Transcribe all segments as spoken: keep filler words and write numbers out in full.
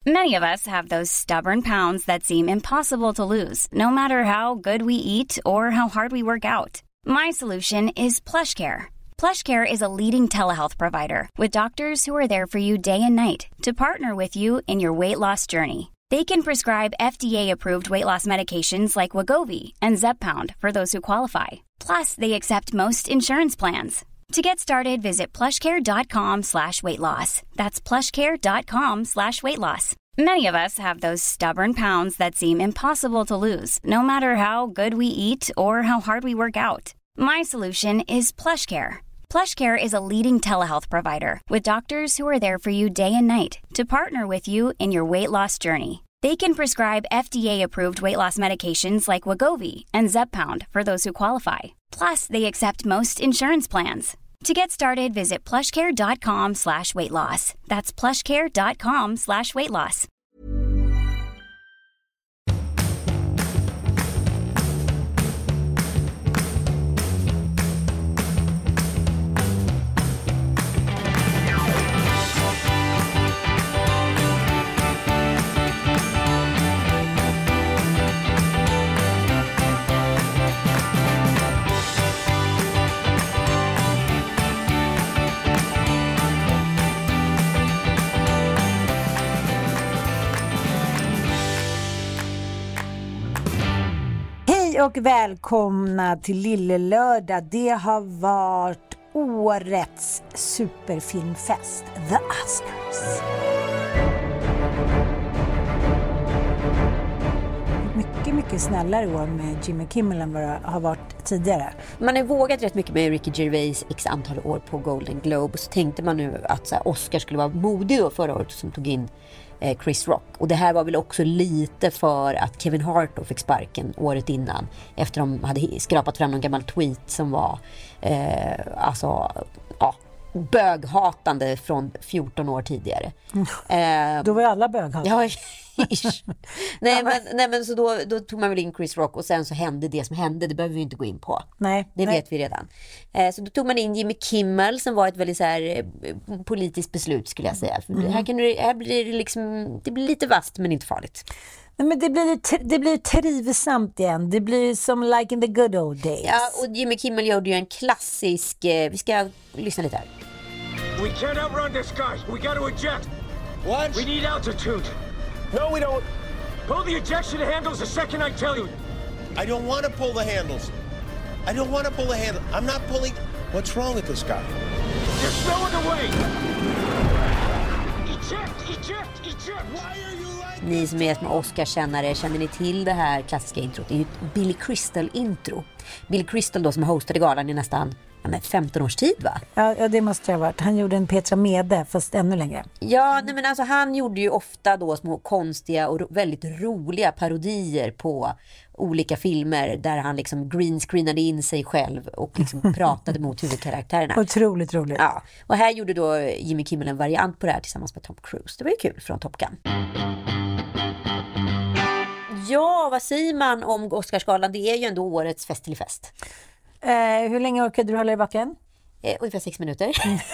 Many of us have those stubborn pounds that seem impossible to lose, no matter how good we eat or how hard we work out. My solution is PlushCare. PlushCare is a leading telehealth provider with doctors who are there for you day and night to partner with you in your weight loss journey. They can prescribe F D A-approved weight loss medications like Wegovy and Zepbound for those who qualify. Plus, they accept most insurance plans. To get started, visit plushcare.com slash weight loss. That's plushcare.com slash weight loss. Many of us have those stubborn pounds that seem impossible to lose, no matter how good we eat or how hard we work out. My solution is PlushCare. PlushCare is a leading telehealth provider with doctors who are there for you day and night to partner with you in your weight loss journey. They can prescribe F D A-approved weight loss medications like Wegovy and Zepbound for those who qualify. Plus, they accept most insurance plans. To get started, visit plushcare.com slash weight loss. That's plushcare.com slash weight loss. Och välkomna till Lille Lördag. Det har varit årets superfilmfest, The Oscars. Mycket, mycket snällare år med Jimmy Kimmel än vad det har varit tidigare. Man har vågat rätt mycket med Ricky Gervais x antal år på Golden Globe. Och så tänkte man nu att så här, Oscar skulle vara modig då förra året som tog in Chris Rock. Och det här var väl också lite för att Kevin Hart då fick sparken året innan efter de hade skrapat fram någon gammal tweet som var eh, alltså ja, böghatande från fjorton år tidigare. Mm. Eh, då var ju alla böghatande. Ja, nej, men, nej men så då, då tog man väl in Chris Rock och sen så hände det som hände, det behöver vi inte gå in på. Nej, det nej. vet vi redan. Eh, så då tog man in Jimmy Kimmel som var ett väldigt så här eh, politiskt beslut skulle jag säga. För mm. här, kan det, här blir det liksom, det blir lite vast men inte farligt. Nej, men det blir, det blir trivsamt igen. Det blir som like in the good old days. Ja, och Jimmy Kimmel gjorde ju en klassisk, eh, vi ska lyssna lite här. We can't outrun this guy. We got to eject. What? We need altitude. No, we don't. Pull the ejection handles the second I tell you. I don't want to pull the handles. I don't want to pull the handle. I'm not pulling. What's wrong with this guy? There's no other way. Eject, eject, eject. Why are you like... Ni som är små Oscar-kännare, känner ni till det här klassiska introt? Det är ju ett Billy Crystal-intro. Billy Crystal då som hostade galan i nästan ja, men femton års tid, va? Ja, ja, det måste jag ha varit. Han gjorde en Petra Mede, fast ännu längre. Ja, nej, men alltså han gjorde ju ofta då små konstiga och ro- väldigt roliga parodier på olika filmer där han liksom greenscreenade in sig själv och liksom pratade mot huvudkaraktärerna. Otroligt roligt. Ja, och här gjorde då Jimmy Kimmel en variant på det här tillsammans med Tom Cruise. Det var ju kul från Top Gun. Ja, vad säger man om Oscarsgalan? Det är ju ändå årets fest till fest. Eh, hur länge orkade du hålla i backen? Eh, ungefär sex minuter.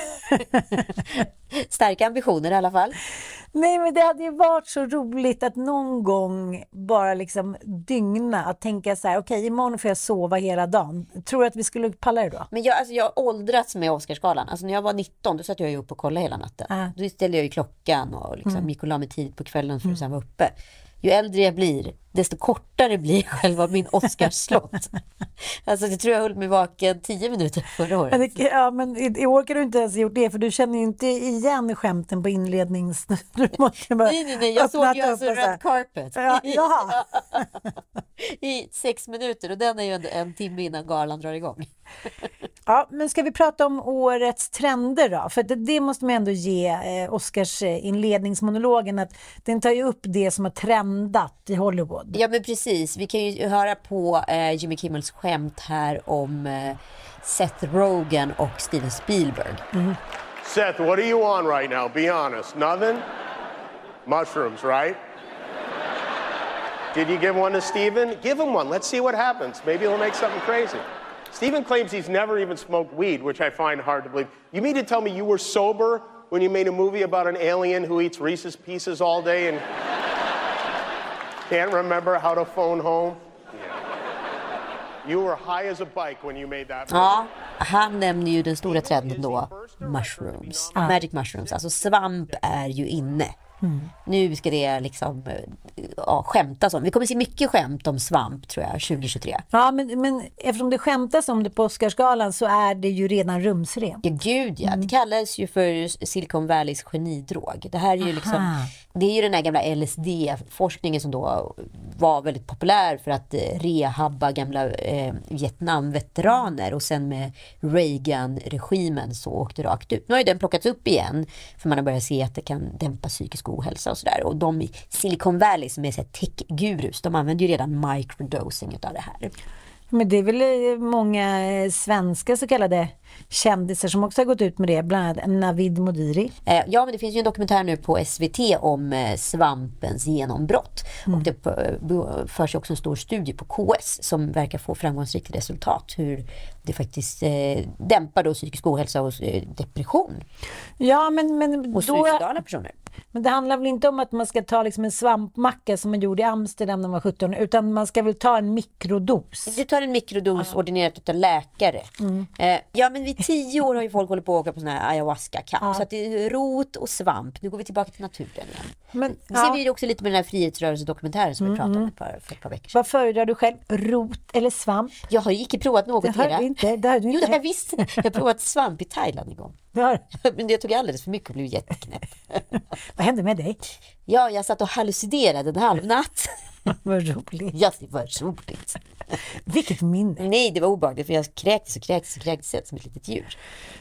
Starka ambitioner i alla fall. Nej, men det hade ju varit så roligt att någon gång bara liksom dygna. Att tänka så här, okej, okay, imorgon får jag sova hela dagen. Tror du att vi skulle palla det då? Men jag, alltså, jag har åldrats med Oscarsgalan. Alltså när jag var nitton, då satt jag ju upp och kollade hela natten. Äh. Då ställde jag ju klockan och liksom mm. gick och la mig tid på kvällen för att sen vara uppe. Ju äldre jag blir, desto kortare blir själva min Oscarslott. Alltså jag tror jag höll mig vaken tio minuter förra året. Men det, ja, men i, i år kan du inte ens gjort det, för du känner ju inte igen skämten på inlednings... Du måste bara nej, nej, nej, jag såg ju alltså Red Carpet. Ja, ja. I sex minuter, och den är ju en, en timme innan galan drar igång. Ja, men ska vi prata om årets trender då? För det, det måste man ändå ge eh, Oscars eh, inledningsmonologen, att den tar ju upp det som har trendat i Hollywood. Ja, men precis. Vi kan ju höra på eh, Jimmy Kimmels skämt här om eh, Seth Rogen och Steven Spielberg. Mm. Seth, what are you on right now? Be honest. Nothing? Mushrooms, right? Did you give one to Steven? Give him one. Let's see what happens. Maybe he'll make something crazy. Steven claims he's never even smoked weed, which I find hard to believe. You mean to tell me you were sober when you made a movie about an alien who eats Reese's Pieces all day and can't remember how to phone home? You were high as a bike when you made that movie. Ja, han nämner ju den stora trenden då, mushrooms, ah. magic mushrooms, alltså svamp är ju inne. Mm. Nu ska det liksom ja, skämtas om. Vi kommer se mycket skämt om svamp tror jag tjugohundratjugotre. Ja, men, men eftersom det skämtas om det på Oscarsgalan så är det ju redan rumsrent. Ja, gud ja. Mm. Det kallas ju för Silicon Valleys genidrog. Det här är ju liksom, det är ju den här gamla L S D-forskningen som då var väldigt populär för att rehabba gamla eh, Vietnamveteraner, och sen med Reagan-regimen så åkte rakt ut. Nu har ju den plockats upp igen för man har börjat se att det kan dämpa psykisk ohälsa och sådär. Och de i Silicon Valley som är så här tech-gurus, de använder ju redan microdosing utav det här. Men det är väl många svenska så kallade kändisar som också har gått ut med det, bland annat Navid Modiri. Eh, ja, men det finns ju en dokumentär nu på S V T om eh, svampens genombrott. Mm. Och det eh, förs också en stor studie på K S som verkar få framgångsrikt resultat. Hur det faktiskt eh, dämpar då psykisk ohälsa och eh, depression. Ja, men... men och suicidala personer. Men det handlar väl inte om att man ska ta liksom en svampmacka som man gjorde i Amsterdam när man var sjutton, utan man ska väl ta en mikrodos. Du tar en mikrodos ja. ordinerat av läkare. Mm. Eh, ja, men vid tio år har ju folk hållit på att åka på sån här ayahuasca-kamp. Ja. Så att det är rot och svamp. Nu går vi tillbaka till naturen igen. Men ja. ser vi också lite med den här frihetsrörelsedokumentären som mm. vi pratade om för, för ett par veckor sedan. Vad föredrar du själv? Rot eller svamp? Jag har ju inte provat något. Det har du inte. Det har du inte. Jo, det har jag visst. Jag har provat svamp i Thailand en gång. Men det tog alldeles för mycket och blev jätteknäpp. Vad hände med dig? Ja, jag satt och hallucinerade en halv natt. Vad roligt. Ja, det var roligt. Vilket minne. Nej, det var obehagligt för jag kräktes och kräktes och kräktes som ett litet djur.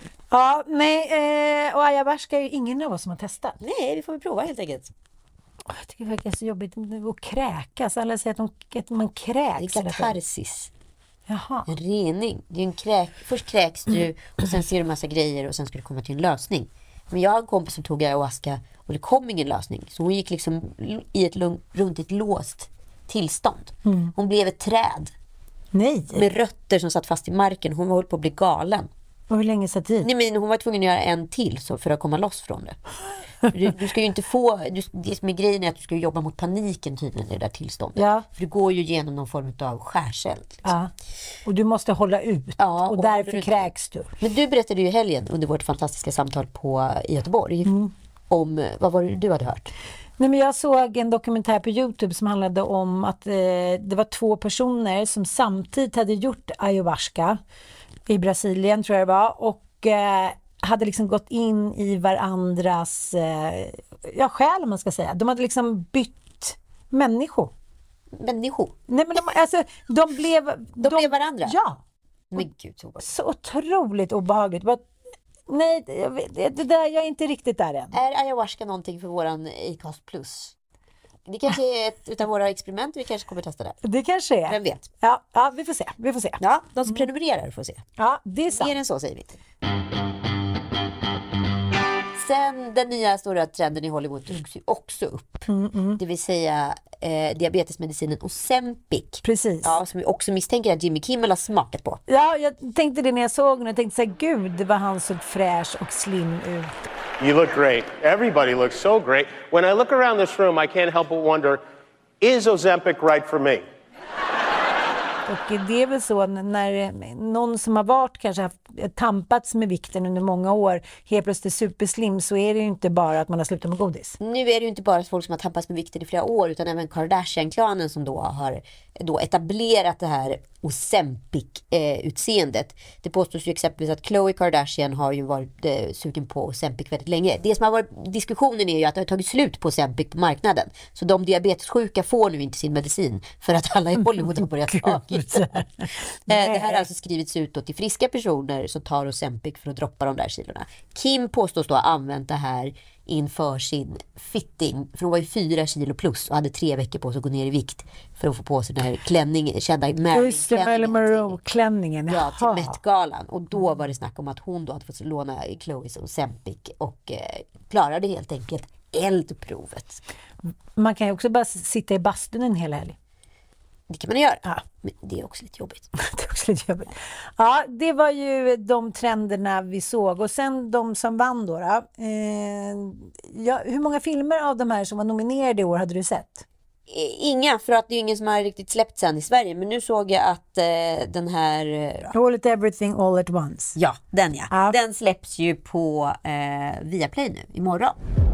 Ja, nej, eh, och ayahuasca är ju ingen av oss som har testat. Nej, vi får väl prova helt enkelt. Jag tycker faktiskt det är så jobbigt att kräkas. Alla säger att, de, att man kräks. Det är katarsis. Jaha. En rening. Det är en kräk. Först kräks du och sen ser du massa grejer och sen ska du komma till en lösning. Men jag har en kompis som tog ayahuasca och det kom ingen lösning. Så hon gick liksom i ett lugn, runt ett låst tillstånd. Mm. Hon blev ett träd. Nej. Med rötter som satt fast i marken. Hon var hållit på att bli galen. Och hur länge satt tid? Nej, men hon var tvungen att göra en till så för att komma loss från det. Du, du ska ju inte få, du, det som är grejen är att du ska jobba mot paniken tydligen i det där tillståndet. Ja. För du går ju igenom någon form av skärseld. Liksom. Ja. Och du måste hålla ut. Ja, och, och därför du, kräks du. Men du berättade ju i helgen under vårt fantastiska samtal på, i Göteborg mm. om, vad var det du hade hört? Nej, men jag såg en dokumentär på YouTube som handlade om att eh, det var två personer som samtidigt hade gjort ayahuasca i Brasilien tror jag det var, och eh, hade liksom gått in i varandras eh, ja, själ, man ska säga. De hade liksom bytt människor. Människor? Nej, men de, alltså, de blev... De, de blev varandra? Ja. Men gud, så, så otroligt obehagligt. Bara, nej, det, det där, jag är inte riktigt där än. Är ayahuasca någonting för våran Acast Plus? Det kanske är ett utav våra experiment vi kanske kommer testa det. Det kanske är. Vem vet? Ja, ja vi får se. Vi får se. Ja, de som prenumererar får se. Ja, det är sant. Mer än så säger vi inte. Sen den nya stora trenden i Hollywood togs ju också upp. Mm, mm. Det vill säga eh, diabetesmedicinen Ozempic. Precis. Ja, som vi också misstänker att Jimmy Kimmel har smakat på. Ja, jag tänkte det när jag såg den. Jag tänkte så här, gud vad han såg fräsch och slim ut. You look great. Everybody looks so great. When I look around this room, I can't help but wonder, is Ozempic right for me? Och det är väl så när någon som har varit kanske haft tampats med vikten under många år helt plötsligt superslim, så är det ju inte bara att man har slutat med godis. Nu är det ju inte bara folk som har tampats med vikten i flera år, utan även Kardashian-klanen som då har då etablerat det här Ozempic-utseendet. Det påstås ju exempelvis att Khloe Kardashian har ju varit eh, sugen på Ozempic väldigt länge. Det som har varit diskussionen är ju att det har tagit slut på Ozempic på marknaden. Så de diabetessjuka får nu inte sin medicin för att alla i Hollywood har börjat ta det. Det här har alltså skrivits ut då till friska personer som tar Ozempic för att droppa de där kilorna. Kim påstås då ha använt det här inför sin fitting, för hon var ju fyra kilo plus och hade tre veckor på sig att gå ner i vikt för att få på sig den här klänningen, kända Marilyn Monroe-klänningen. Ja, till Met-galan. Och då var det snack om att hon då hade fått låna Khloes Ozempic och eh, klarade helt enkelt eldprovet. Man kan ju också bara sitta i bastun en hel helg. Det kan man göra. Ja. Men det är också lite jobbigt. Det är också lite jobbigt. Ja, det var ju de trenderna vi såg. Och sen de som vann då. då. Eh, ja, hur många filmer av de här som var nominerade i år hade du sett? Inga, för att det är ingen som har riktigt släppt sen i Sverige. Men nu såg jag att eh, den här... Eh, All at Everything All at Once. Ja, den ja. ja. Den släpps ju på eh, Viaplay nu, imorgon.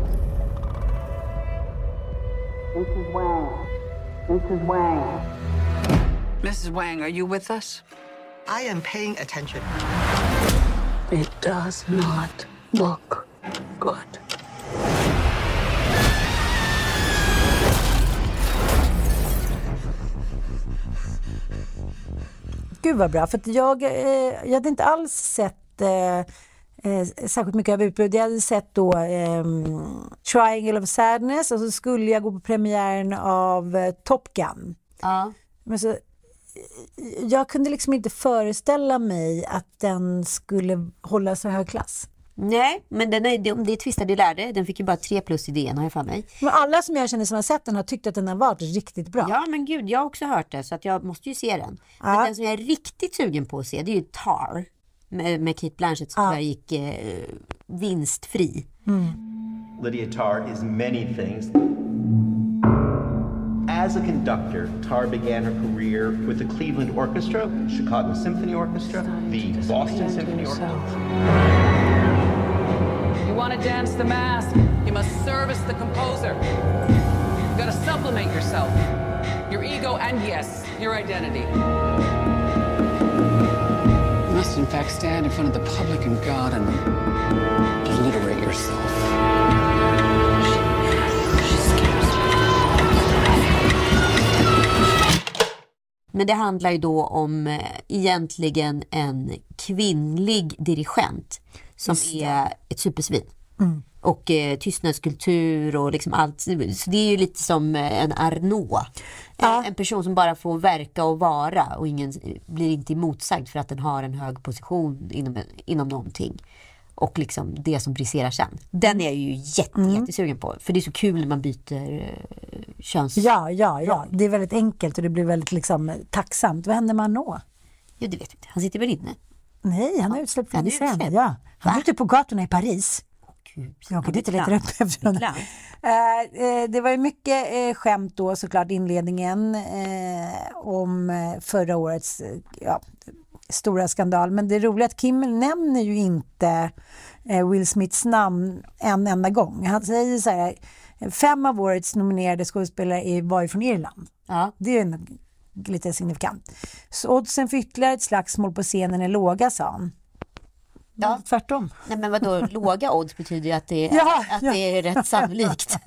Missus Wang. Missus Wang. Missus Wang, are you with us? I am paying attention. It does not look good. Gud vad bra, för att jag, eh, jag hade inte alls sett eh, eh, särskilt mycket av utbud. Jag hade sett då eh, Triangle of Sadness och så skulle jag gå på premiären av eh, Top Gun. Ja. Men så, jag kunde liksom inte föreställa mig att den skulle hålla så hög klass. Nej, men den är, det, det är tvistade lärde. Den fick ju bara tre plus idén, har jag för mig. Men alla som jag känner som har sett den har tyckt att den har varit riktigt bra. Ja, men gud, jag har också hört det, så att jag måste ju se den. Ja. Men den som jag är riktigt sugen på att se, det är ju Tar. Med, med Kate Blanchett som ja. gick eh, vinstfri. Mm. Lydia Tarr is many things. As a conductor, Tarr began her career with the Cleveland Orchestra, Chicago Symphony Orchestra, the Boston Symphony Orchestra. You want to dance the mask, you must service the composer. You got to supplement yourself, your ego, and yes, your identity. You must in fact stand in front of the public and God and obliterate yourself. Men det handlar ju då om eh, egentligen en kvinnlig dirigent som är ett supersvin. Mm. Och eh, tystnadskultur och liksom allt. Så det är ju lite som eh, en Arnaud. Ja. En, en person som bara får verka och vara och ingen blir inte emotsagd för att den har en hög position inom, inom någonting. Och liksom det som briserar sen. Den är jag ju jätte, mm. jättesugen på. För det är så kul när man byter eh, köns... Ja, ja, ja. Det är väldigt enkelt och det blir väldigt liksom tacksamt. Vad händer med Arnaud? Jo, det vet jag inte. Han sitter väl inne? Nej, han har utsläppt ja, sen. Ja. Han är ute på gatorna i Paris. Gud, jag kan inte leta upp efter honom. Uh, det var ju mycket uh, skämt då såklart inledningen uh, om uh, förra årets uh, ja, stora skandal. Men det är roligt att Kimmel nämner ju inte uh, Will Smiths namn en enda gång. Han säger så här, fem av årets nominerade skådespelare var ju från Irland. Ja. Det är ju en, lite signifikant. Så oddsen för ytterligare ett slagsmål på scenen är låga, sa han. Ja. Tvärtom. Nej, men vadå, låga odds betyder ju att det är, ja, att ja. det är rätt sannolikt.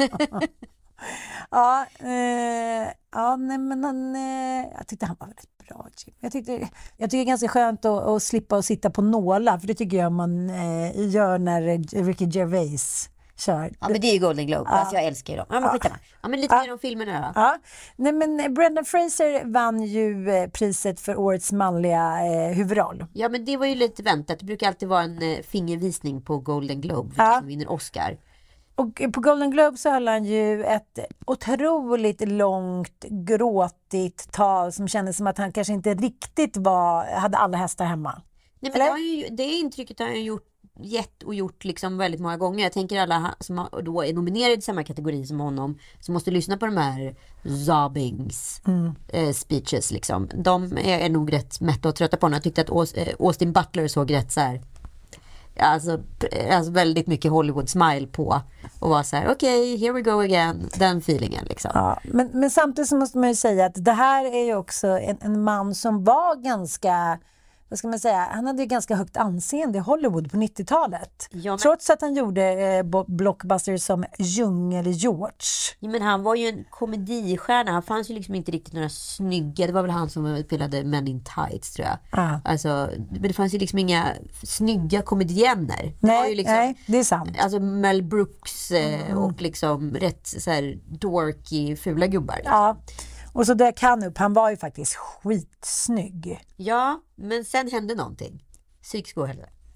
ja, eh, ja, nej men han, eh, jag tyckte han var väldigt bra. Jag tyckte, jag tycker det är ganska skönt att, att slippa att sitta på nålar, för det tycker jag man eh, gör när Ricky Gervais kör. Ja, men det är ju Golden Globe. Ja. Alltså jag älskar dem. Ja, men skitsamma. Ja, men lite ja. mer om filmerna då. Ja. Nej, men Brendan Fraser vann ju eh, priset för årets manliga eh, huvudroll. Ja, men det var ju lite väntat. Det brukar alltid vara en eh, fingervisning på Golden Globe för ja. som vinner Oscar. Och på Golden Globe så höll han ju ett otroligt långt, gråtigt tal som kändes som att han kanske inte riktigt var, hade alla hästar hemma. Nej, men det, har ju, det intrycket har han gjort gett och gjort liksom väldigt många gånger. Jag tänker alla som då är nominerade i samma kategori som honom, som måste lyssna på de här Zobbings mm. eh, speeches liksom. De är, är nog rätt mätta och trötta på honom. Jag tyckte att Austin Butler såg rätt så här, alltså, alltså väldigt mycket Hollywood smile på och var så här, okej, okay, here we go again, den feelingen liksom. Ja, men, men samtidigt så måste man ju säga att det här är ju också en, en man som var ganska, vad ska man säga, han hade ju ganska högt anseende i Hollywood på nittiotalet. Ja, men... Trots att han gjorde eh, blockbusters som Djungel George. Ja, men han var ju en komedistjärna. Han fanns ju liksom inte riktigt några snygga. Det var väl han som spelade Men in Tights, tror jag. Ah. Alltså, men det fanns ju liksom inga snygga komedienner. Det nej, var ju liksom, nej, det är sant. Alltså Mel Brooks eh, mm. och liksom rätt så här dorky, fula gubbar. Liksom. Ja. Och så dök han upp, han var ju faktiskt skitsnygg. Ja, men sen hände någonting. Psykisk ohälsa.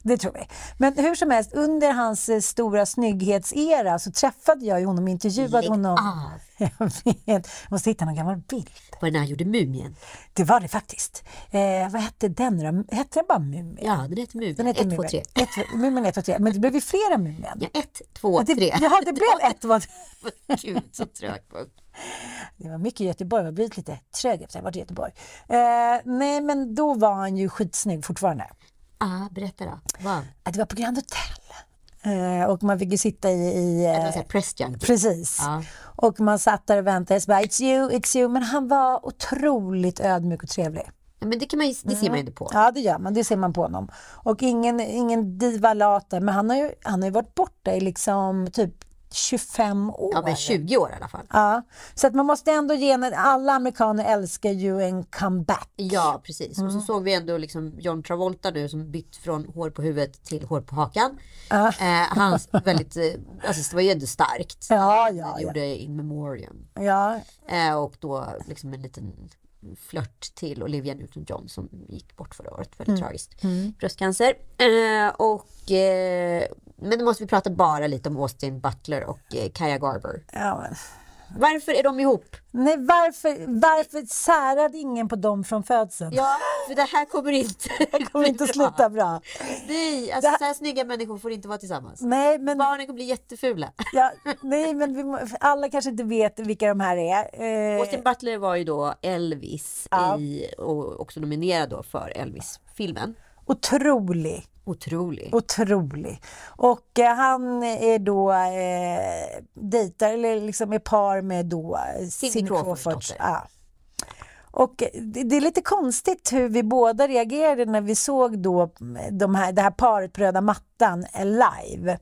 Det tror vi. Men hur som helst, under hans eh, stora snygghetsera så träffade jag ju honom och intervjuade Lägg honom. av. Jag vet. Jag måste hitta någon gammal bild. Var det när han gjorde Mumien? Det var det faktiskt. Eh, vad hette den då? Hette den bara Mumien? Ja, den hette Mumien. Den hette ett, två, tre. Mumien ett, två, tre. Men det blev ju flera Mumien. Ja, ett, två, det, tre. Ja, det blev ett, två, tre. Gud, så trög på. Det var mycket i Göteborg, jag har blivit lite trög efter att jag varit i Göteborg. Eh, nej, men då var han ju skitsnygg fortfarande. Ja, ah, berätta då. Wow. Att det var på Grand Hotel. Eh, och man fick ju sitta i... i det var så här press junkie. Precis. Ja. Och man satt där och väntade. Så bara, it's you, it's you. Men han var otroligt ödmjuk och trevlig. Ja, men det, kan man ju, det ser man ju inte på. Ja, det gör man. Det ser man på honom. Och ingen, ingen divalata. Men han har, ju, han har ju varit borta i liksom typ tjugofem år. Ja, men tjugo år i alla fall. Ja, så att man måste ändå ge en, alla amerikaner älskar ju en comeback. Ja, precis. Mm. Och så såg vi ändå liksom John Travolta nu som bytt från hår på huvudet till hår på hakan. Ja. Eh, hans väldigt, eh, alltså det var ju ändå starkt. Ja, ja, Han ja. gjorde In Memoriam. Ja. Eh, och då liksom en liten flört till Olivia Newton-John som gick bort förra året. Väldigt Mm. tragiskt. Mm. Bröstcancer. Eh, och, eh, men då måste vi prata bara lite om Austin Butler och eh, Kaia Garber. Ja, men... Varför är de ihop? Nej, varför, varför särade ingen på dem från födseln? Ja, för det här kommer inte det kommer inte att sluta bra. Nej, alltså det... så här snygga människor får inte vara tillsammans. Nej, men... Barnen kommer bli jättefula. Ja, nej, men vi må... alla kanske inte vet vilka de här är. Eh... Austin Butler var ju då Elvis ja. i, och också nominerad då för Elvis-filmen. Otrolig. Otrolig. Otrolig. Och eh, han är då eh, dejtar eller liksom är par med då Cindy Crawford. Ja. Och det, det är lite konstigt hur vi båda reagerade när vi såg då de här, det här paret på röda mattan live.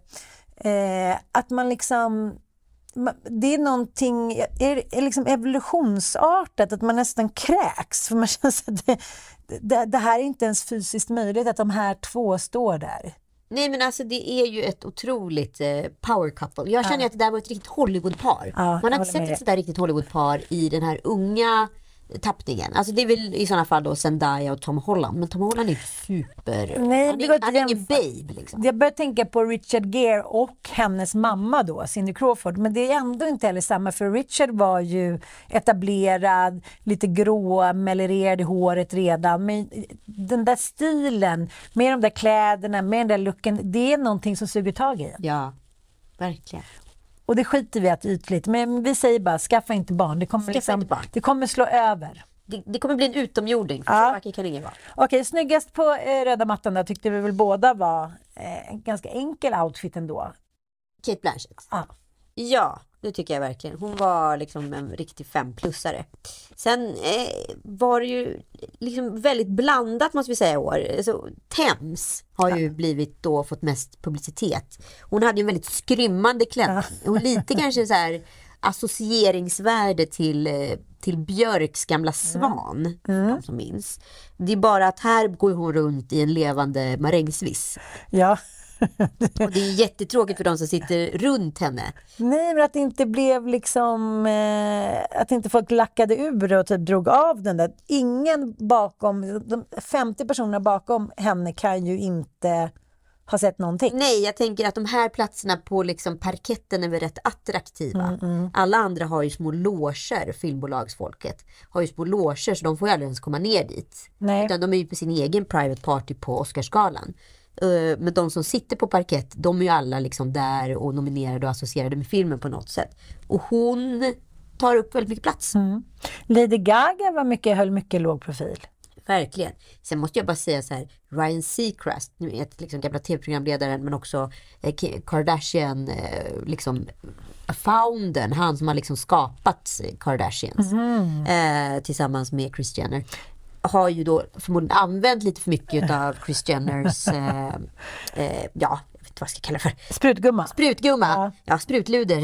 Eh, att man liksom det är någonting är, är liksom evolutionsartat att man nästan kräks för man känner att det, det, det här är inte ens fysiskt möjligt att de här två står där. Nej, men alltså det är ju ett otroligt eh, power couple. Jag känner ja. att det där var ett riktigt Hollywoodpar. Ja, man har inte sett ett sådär riktigt Hollywoodpar i den här unga tappningen. Alltså det är väl i sådana fall då Zendaya och Tom Holland. Men Tom Holland är super... Nej, han är, han är ingen babe liksom. Jag börjar tänka på Richard Gere och hennes mamma då, Cindy Crawford. Men det är ändå inte heller samma. För Richard var ju etablerad, lite grå, melererad i håret redan. Men den där stilen, med de där kläderna, med den där looken, det är någonting som suger tag i. Ja, verkligen. Och det skiter vi att ytligt. Men vi säger bara, skaffa inte barn. Det kommer, liksom, barn. Det kommer slå över. Det, det kommer bli en utomjording. För ja. så vacker kan ingen vara. Okej, snyggast på eh, röda mattan där tyckte vi väl båda var eh, en ganska enkel outfit ändå. Kate Blanchett. Ja. Ja, det tycker jag verkligen. Hon var liksom en riktig femplussare. Sen eh, var det ju liksom väldigt blandat måste vi säga i år. Alltså, Thames har ju ja. blivit då fått mest publicitet. Hon hade ju en väldigt skrymmande klänning. Ja. Och lite kanske så här associeringsvärde till, till Björks gamla Svan. Mm. De som minns. Det är bara att här går hon runt i en levande marängsviss. Ja. Och det är jättetråkigt för de som sitter runt henne. Nej, men att det inte blev liksom eh, att inte folk lackade ur och typ drog av den där. Ingen bakom, de femtio personerna bakom henne kan ju inte ha sett någonting. Nej, jag tänker att de här platserna på liksom parketten är väl rätt attraktiva. Mm, mm. Alla andra har ju små loger, filmbolagsfolket har ju små loger så de får ju aldrig ens komma ner dit. Nej. Utan de är ju på sin egen private party på Oscarsgalan. Men de som sitter på parkett, de är ju alla liksom där och nominerade och associerade med filmen på något sätt. Och hon tar upp väldigt mycket plats. Mm. Lady Gaga var mycket, höll mycket låg profil. Verkligen. Sen måste jag bara säga så här, Ryan Seacrest, nu är ett liksom gamla tv-programledaren men också eh, Kardashian eh, liksom foundern, han som har liksom skapat Kardashians mm. eh, tillsammans med Kris Jenner. Har ju då förmodligen använt lite för mycket av Kris Jenners eh, eh, ja, jag vet inte vad jag ska kalla det för. Sprutgumma. Sprutgumma. Ja, ja sprutluder.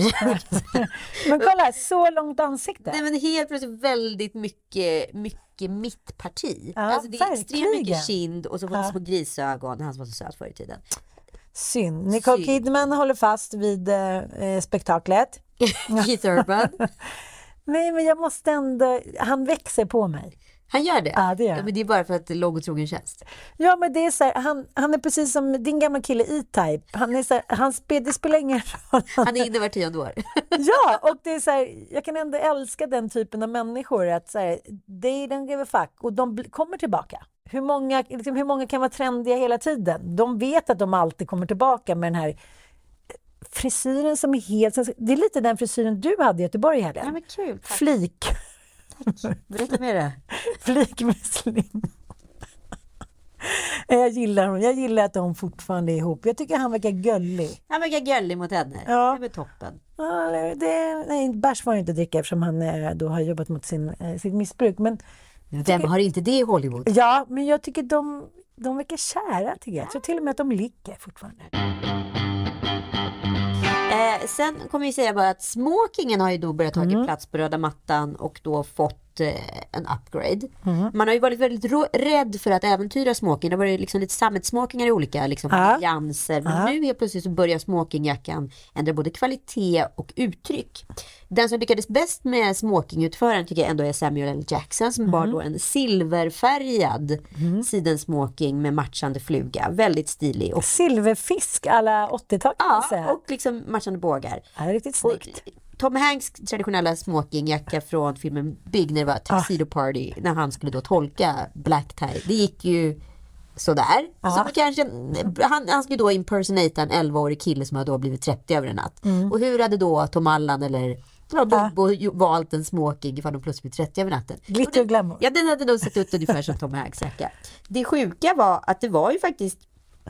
Men kolla, så långt ansikte. Nej, men helt plötsligt väldigt mycket mycket mittparti. Ja, alltså det är verkligen. extremt mycket kind och så får ja. små grisögon, han som var så söt förr i tiden. Synd. Nicole Synd. Kidman håller fast vid eh, spektaklet. Keith Urban. Nej, men jag måste ändå, han växer på mig. Han gör det? Ja, det gör. Ja, men det är bara för att det är lågotrogen tjänst. Ja, men det är så här, han, han är precis som din gamla kille E-Type. Han är så här, han spel, det spelar ingen roll. Han är inne var tionde år. Ja, och det är så här, jag kan ändå älska den typen av människor. Att så här, they don't give a fuck. Och de bl- kommer tillbaka. Hur många, liksom, hur många kan vara trendiga hela tiden? De vet att de alltid kommer tillbaka med den här frisyren som är helt... Det är lite den frisyren du hade i Göteborg i helgen. Ja, men kul. Tack. Flik. Tack. Berätta mer det. Flik med slim. Jag gillar hon. Jag gillar att de fortfarande är ihop. Jag tycker han verkar gullig. Han verkar gullig mot henne. Ja. Det är toppen. Ja, det, nej, bärs får han inte dricka eftersom han eh, då har jobbat mot sin, eh, sitt missbruk. Men, Vem tycker, har inte det i Hollywood? Ja, men jag tycker de, de verkar kära tycker jag. Jag tror till och med att de ligger fortfarande. Eh, sen kommer vi säga bara att smokingen har ju då börjat ta Mm. plats på röda mattan och då fått eh, en upgrade. Mm. Man har ju varit väldigt ro- rädd för att äventyra smoking. Det har varit liksom lite sammetsmokingar i olika liksom, Ja. nyanser. Men Ja. nu helt plötsligt så börjar smokingjackan ändra både kvalitet och uttryck. Den som lyckades bäst med smokingutföraren tycker jag ändå är Samuel L. Jackson som bar då en silverfärgad Mm. sidensmoking med matchande fluga. Väldigt stilig. Och, Silverfisk alla åttiotal kan man ja, säga. och liksom matchande bågar. Ja, det är riktigt snyggt. Och Tom Hanks traditionella smokingjacka från filmen Big när det var Tuxedo Party när han skulle då tolka black tie. Det gick ju sådär. Ja. Så kanske, han, han skulle då impersonata en elvaårig kille som hade då blivit trettio över en natt. Mm. Och hur hade då Tom Allan eller ja, Bobo ja. valt en smoking ifall de plötsligt blev trettio över natten? Glitter och glamour. Ja, den hade nog sett ut ungefär som Tom Hanks jacka. Det sjuka var att det var ju faktiskt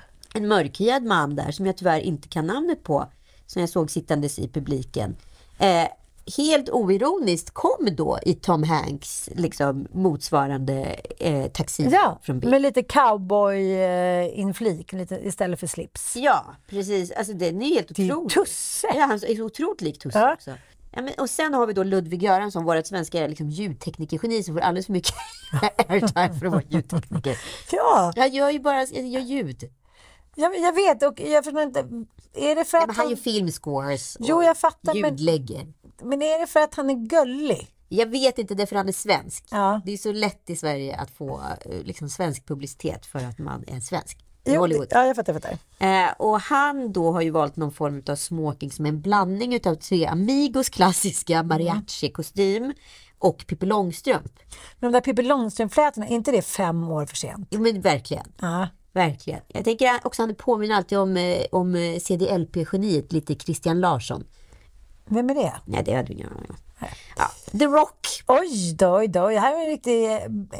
en mörkhyad man där som jag tyvärr inte kan namnet på som jag såg sittandes i publiken. Eh, helt oironiskt kom då i Tom Hanks liksom motsvarande eh, taxi Ja, från bil. med lite cowboy eh, inflik lite, istället för slips. Ja, precis. Alltså den är helt Det är otrolig. Tusse. Ja, han är så otroligt lik Tusse Ja. också. Ja, men, och sen har vi då Ludvig Göransson, vårt svenska liksom, ljudteknikergeni som får alldeles för mycket airtime för att vara ljudtekniker. Ja, Jag gör ju bara jag gör ljud. jag, jag vet och jag förstår inte. Är det för Ja, att men han han... gör filmscores och Jo, jag fattar, men- ljudlägger. Men är det för att han är gullig? Jag vet inte, det är för han är svensk. Ja. Det är så lätt i Sverige att få eh, liksom, svensk publicitet för att man är svensk. I Jo, Hollywood. det, ja, jag fattar, jag fattar. Eh, och han då har ju valt någon form av smoking som är en blandning utav tre Amigos klassiska mariachi-kostym och Pippi Långstrump. Men de där Pippi Långstrump-flätorna, är inte det fem år för sent? Jo, men verkligen. Ja. Verkligen. Jag tänker också att han påminner alltid om, eh, om eh, C D L P-geniet, lite Christian Larsson. Vem är det? Nej, det hade vi ingen aning om. Ja, The Rock. Oj då, oj då. Det här är en riktig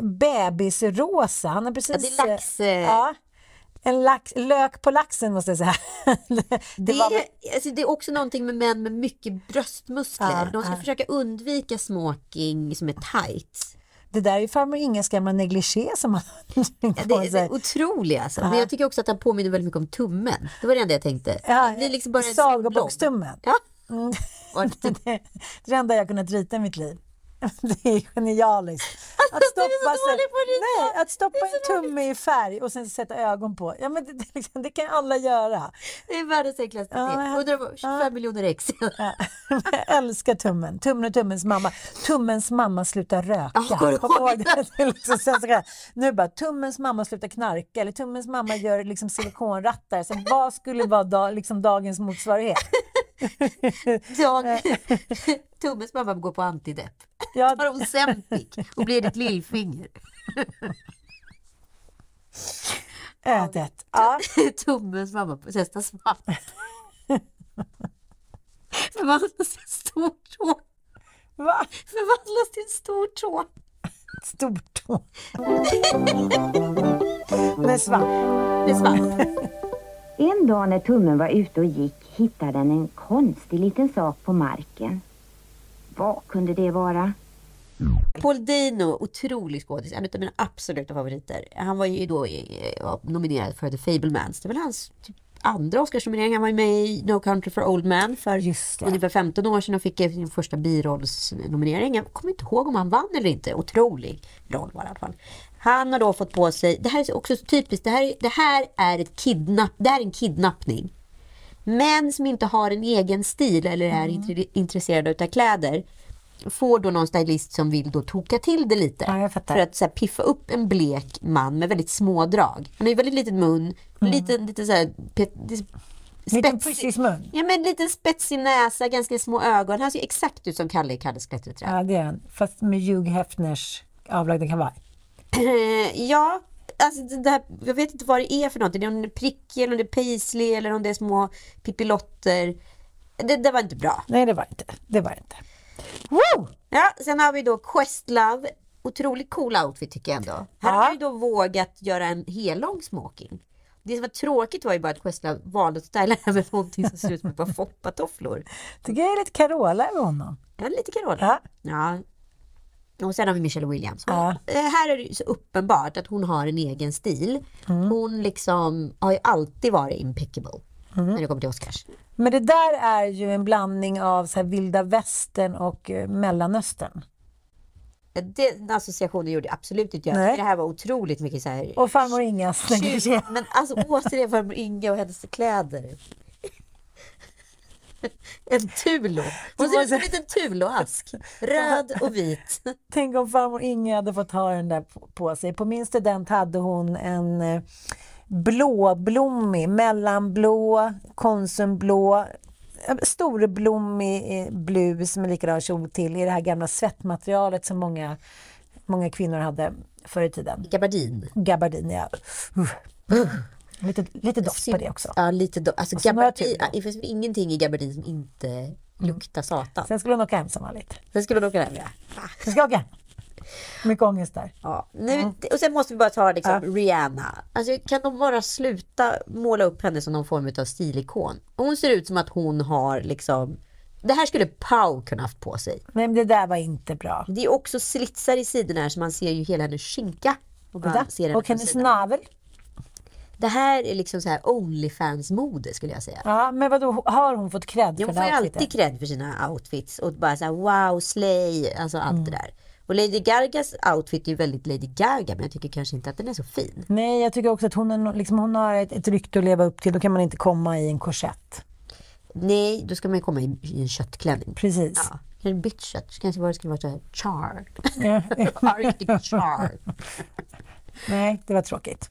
bebisrosa. Han är precis... Ja, det är lax, eh. Ja. En lax, lök på laxen måste jag säga. det, Det var väl- är, alltså, det är också någonting med män med mycket bröstmuskler. Ja, De ska ja. försöka undvika smoking som är tight. det där är ju farmor Inges gamla negligé som han Ja, det, på det är sig. otroligt alltså. Ja. Men jag tycker också att han påminner väldigt mycket om tummen. Det var det enda jag tänkte. Ja, det är liksom bara en sagobockstummen. blob. Ja. Mm. Och- det, det enda jag kunnat rita i mitt liv. Det är genialiskt. Att Du är så stoppa, dålig på att rita. nej, att stoppa Det är så en tumme i färg och sen sätta ögon på. Ja, men det, det, liksom, det kan alla göra. Det är världens enklaste Ja, idé. men- Undrar vad- tjugofem miljoner ex. Ja. Jag älskar tummen. Tummen och tummens mamma. Tummens mamma slutar röka. Ja, kommer du Kom ihåg ihåg det? Det är liksom så här, nu bara, tummens mamma slutar knarka. Eller tummens mamma gör liksom silikonrattar. Så vad skulle vara da, liksom dagens motsvarighet? Jag, Tummens mamma går på antidepp. Ja. Tar hon Ozempic och blir ditt lillfinger. Ödet. Ja. Tummens mamma på sista svamp. Förvandlas till en stor tå. Va? Förvandlas till en stor tå. Stort tå. Med svamp. Med svamp. En dag när tummen var ute och gick hittade den en konstig liten sak på marken. Vad kunde det vara? Paul Dano, otrolig skådis, en av mina absoluta favoriter. Han var ju då eh, nominerad för The Fabelmans. Det var väl hans typ, andra Oscarsnominering. Han var ju med i No Country for Old Men för ungefär femton år sedan och fick sin första birollsnominering. Jag kommer inte ihåg om han vann eller inte. Otrolig roll var det i alla fall. Han har då fått på sig, det här är också så typiskt, det här, det här är ett kidnapp, det här är en kidnappning. Män som inte har en egen stil eller är mm. intresserade av kläder får då någon stylist som vill då toka till det lite. Ja, jag fattar. För att så här, piffa upp en blek man med väldigt små drag. Han har ju väldigt liten mun, mm. lite, lite så här... Pe- Liten precis mun. Ja, men lite spetsig näsa, ganska små ögon. Han ser exakt ut som Kalle i Kalles klätterträd. Ja, det är han. Fast med Hugh Hefners avlagda kavaj. Ja, alltså det här, jag vet inte vad det är för någonting. Om det är prickig eller om det är paisley eller om det är små pippilotter. Det, det var inte bra. Nej, det var inte. Det var inte. Woo! Ja, sen har vi då Questlove. Otroligt cool outfit tycker jag ändå. Här ja. har vi då vågat göra en hellång smoking. Det som var tråkigt var ju bara att Questlove valde att styla över någonting som ser ut som ett par foppatofflor. Tycker jag är lite Carola över honom. Ja, lite Carola. Ja. Ja. Och sen har vi Michelle Williams. Ja. Här är det så uppenbart att hon har en egen stil. Mm. Hon liksom har ju alltid varit impeccable mm. när det kommer till Oscars. Men det där är ju en blandning av så här vilda västern och uh, Mellanöstern. Den associationen gjorde absolut inte jag. Det här var otroligt mycket så här... Och farmor Ingas. Men alltså återigen farmor Inga och hennes kläder. En tulo. Hon ser ut som en liten tuloask. Röd och vit. Tänk om farmor Inga hade fått ha den där på, på sig. På min student hade hon en eh, blåblommig, mellanblå, konsumblå, storblommig blus med likadan kjol till i det här gamla svettmaterialet som många, många kvinnor hade förr i tiden. Gabardin. Gabardin, ja. Uh. Uh. Lite, lite doft på det också. Ja, lite doft. Alltså, gabardin, det finns ingenting i gabardin som inte luktar satan. Sen skulle hon åka hem som vanligt. Sen skulle hon åka hem, ja. Sen ska åka hem. Mycket ångest där. Ja, nu, mm. Och sen måste vi bara ta liksom, ja. Rihanna. Alltså, kan de bara sluta måla upp henne som någon form av stilikon? Hon ser ut som att hon har liksom... Det här skulle Pau kunna haft på sig. Men det där var inte bra. Det är också slitsar i sidorna här så man ser ju hela hennes skinka. Och, ser och hennes sidan. Navel. Det här är liksom så här OnlyFans-mode skulle jag säga. Ja, men vadå, har hon fått cred för hon får ju alltid cred för sina outfits. Och bara så här, wow, slay, alltså allt mm. det där. Och Lady Gagas outfit är ju väldigt Lady Gaga, men jag tycker kanske inte att den är så fin. Nej, jag tycker också att hon, är, liksom, hon har ett, ett rykte att leva upp till. Då kan man inte komma i en korsett. Nej, då ska man komma i, i en köttklänning. Precis. Ja, en bitchkött. Kanske bara skulle vara så här charred. Arctic charred. Nej, det var tråkigt.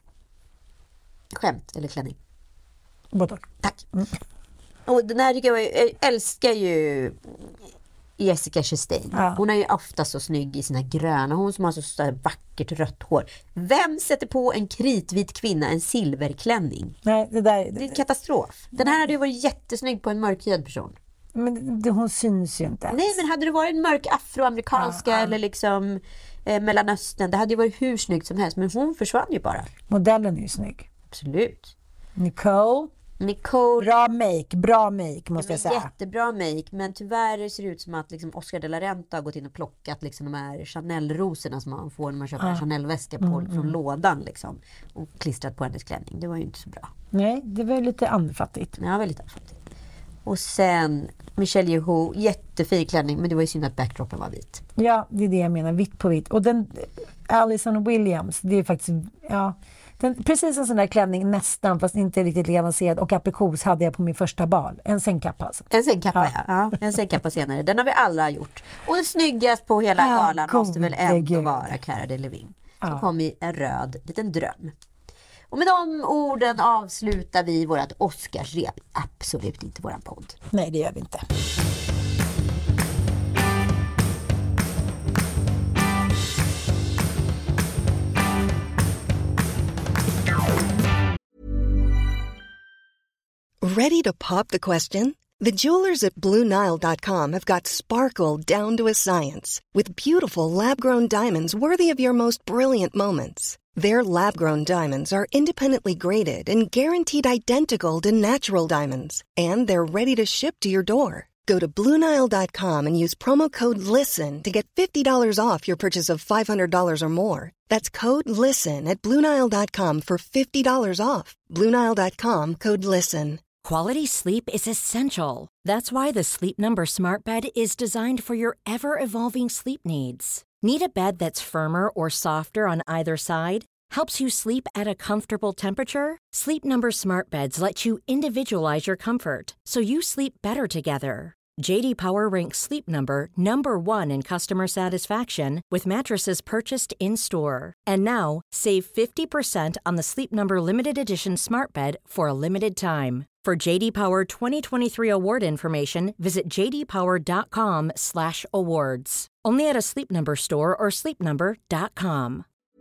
Skämt eller klänning? Både. Tack. Mm. Och den här tycker jag, jag älskar ju Jessica Chastain. Ja. Hon är ju ofta så snygg i sina gröna. Hon som har så, så vackert rött hår. Vem sätter på en kritvit kvinna en silverklänning? Nej, det där... Det är en katastrof. Den här hade ju varit jättesnygg på en mörkhyad person. Men det, hon syns ju inte ens. Nej, men hade det varit en mörk afroamerikanska ja, ja. eller liksom eh, Mellanöstern, det hade ju varit hur snyggt som helst. Men hon försvann ju bara. Modellen är ju snygg. Absolut. Nicole. Nicole. Bra make, bra make måste jag säga. Jättebra make, men tyvärr ser det ut som att liksom Oscar de la Renta har gått in och plockat liksom de här Chanel-rosorna som man får när man köper ah. en Chanel-väska på, mm, från mm. lådan liksom, och klistrat på hennes klänning. Det var ju inte så bra. Nej, det var lite anfattigt. Ja, väldigt anfattigt. Och sen Michelle Yeoh, jättefin klänning, men det var ju synd att backdropen var vit. Ja, det är det jag menar, vitt på vitt. Och den Alison Williams, det är faktiskt, ja... Den, precis en sån där klänning nästan, fast inte riktigt avancerad. Och aprikos hade jag på min första bal. En sängkappa alltså. En sängkappa, ja. ja. En sängkappa senare. Den har vi alla gjort. Och snyggast på hela ja, galan måste väl ändå Gud. vara Cara Delevingne. Som ja. kom i en röd liten dröm. Och med de orden avslutar vi vårt Oscarsrep. Absolut inte våran podd. Nej, det gör vi inte. Ready to pop the question? The jewelers at Blue Nile dot com have got sparkle down to a science with beautiful lab-grown diamonds worthy of your most brilliant moments. Their lab-grown diamonds are independently graded and guaranteed identical to natural diamonds, and they're ready to ship to your door. Go to Blue Nile dot com and use promo code LISTEN to get fifty dollars off your purchase of five hundred dollars or more. That's code LISTEN at Blue Nile dot com for fifty dollars off. Blue Nile dot com, code LISTEN. Quality sleep is essential. That's why the Sleep Number Smart Bed is designed for your ever-evolving sleep needs. Need a bed that's firmer or softer on either side? Helps you sleep at a comfortable temperature? Sleep Number Smart Beds let you individualize your comfort so you sleep better together. J D Power ranks Sleep Number number one in customer satisfaction with mattresses purchased in-store. And now, save fifty percent on the Sleep Number Limited Edition Smart Bed for a limited time. For J D Power twenty twenty-three award information, visit j d power dot com slash awards. Only at a Sleep Number store or sleep number dot com.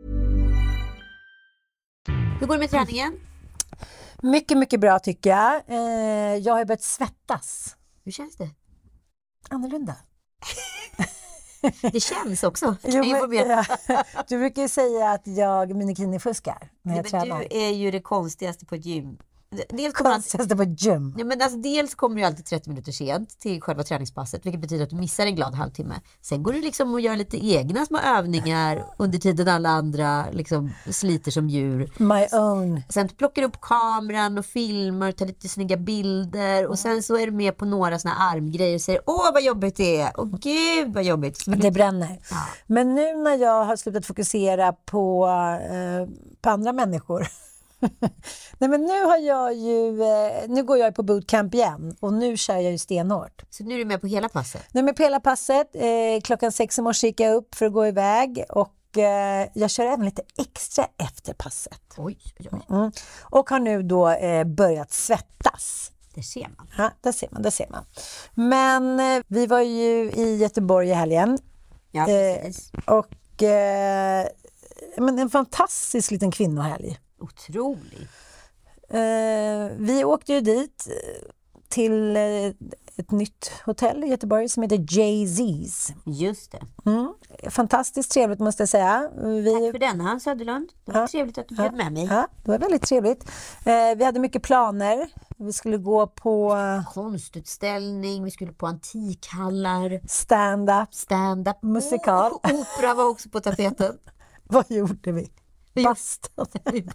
Hur går det med träningen? Mycket, mycket bra tycker jag. Eh, jag har börjat svettas. Hur känns det? Annorlunda. Det känns också. Jo, men, ja. Du brukar ju säga att jag minikinifuskar när jag tränar. Du är ju det konstigaste på ett gym. Dels kommer konstigaste på ett gym. Ja, men alltså, dels kommer du alltid trettio minuter sent till själva träningspasset, vilket betyder att du missar en glad halvtimme. Sen går du liksom och gör lite egna små övningar under tiden alla andra liksom sliter som djur. My own. Sen plockar du upp kameran och filmar, tar lite snygga bilder och sen så är du med på några såna armgrejer och säger åh vad jobbigt det är. Åh gud vad jobbigt. Det bränner. Ja. Men nu när jag har slutat fokusera på, eh, på andra människor Nej, men nu har jag ju nu går jag på bootcamp igen och nu kör jag ju stenhårt. Så nu är du med på hela passet? Nu är jag med på hela passet. Eh, klockan sex i morse gick jag upp för att gå iväg och eh, jag kör även lite extra efter passet. Oj, oj, oj. Mm. Och har nu då eh, börjat svettas. Det ser man. Ja, det ser man, det ser man. Men eh, vi var ju i Göteborg i helgen. Ja, precis. Eh, och eh, men en fantastisk liten kvinnohelg. Otroligt. Eh, vi åkte ju dit till eh, ett nytt hotell i Göteborg som heter Jay-Z's. Just det. Mm. Fantastiskt trevligt måste jag säga. Vi... Tack för den, Hans Söderlund. Det var ja. trevligt att du bjöd ja. med mig. Ja, det var väldigt trevligt. Eh, vi hade mycket planer. Vi skulle gå på konstutställning, vi skulle på antikhallar, stand-up, stand-up, musikal. Oh, opera var också på tapeten. Vad gjorde vi? Basta.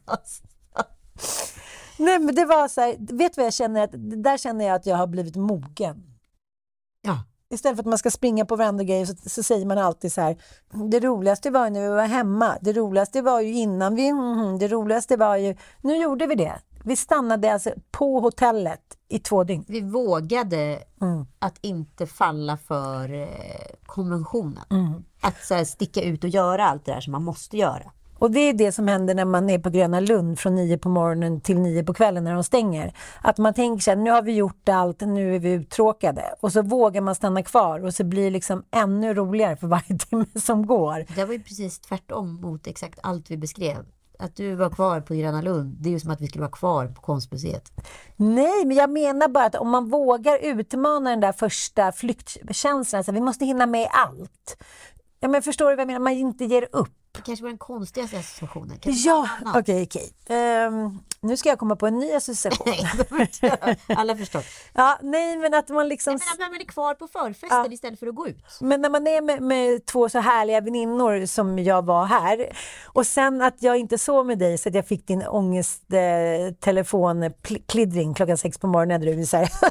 Nej, men det var så här, vet du vad jag känner? Att, där känner jag att jag har blivit mogen. Ja. Istället för att man ska springa på varandra grejer så, så säger man alltid så här: det roligaste var när vi var hemma. Det roligaste var ju innan vi... Mm, det roligaste var ju... Nu gjorde vi det. Vi stannade alltså på hotellet i två dygn. Vi vågade mm. att inte falla för eh, konventionen. Mm. Att så här, sticka ut och göra allt det där som man måste göra. Och det är det som händer när man är på Gröna Lund från nio på morgonen till nio på kvällen när de stänger. Att man tänker sig, nu har vi gjort allt, nu är vi uttråkade. Och så vågar man stanna kvar och så blir det liksom ännu roligare för varje timme som går. Det var ju precis tvärtom mot exakt allt vi beskrev. Att du var kvar på Gröna Lund, det är ju som att vi skulle vara kvar på konstmuseet. Nej, men jag menar bara att om man vågar utmana den där första flyktkänslan, så vi måste hinna med allt. Ja, men förstår du vad jag menar? Man inte ger upp. Det kanske var den konstigaste associationen. Ja, okej, okay, okej. Okay. Um, nu ska jag komma på en ny association. Alla förstår. Ja, nej, men att man liksom... Nej, men att man är kvar på förfesten ja. istället för att gå ut. Men när man är med, med två så härliga väninnor som jag var här, och sen att jag inte sov med dig så att jag fick din ångest eh, telefon pl- kliddring klockan sex på morgonen när du så här.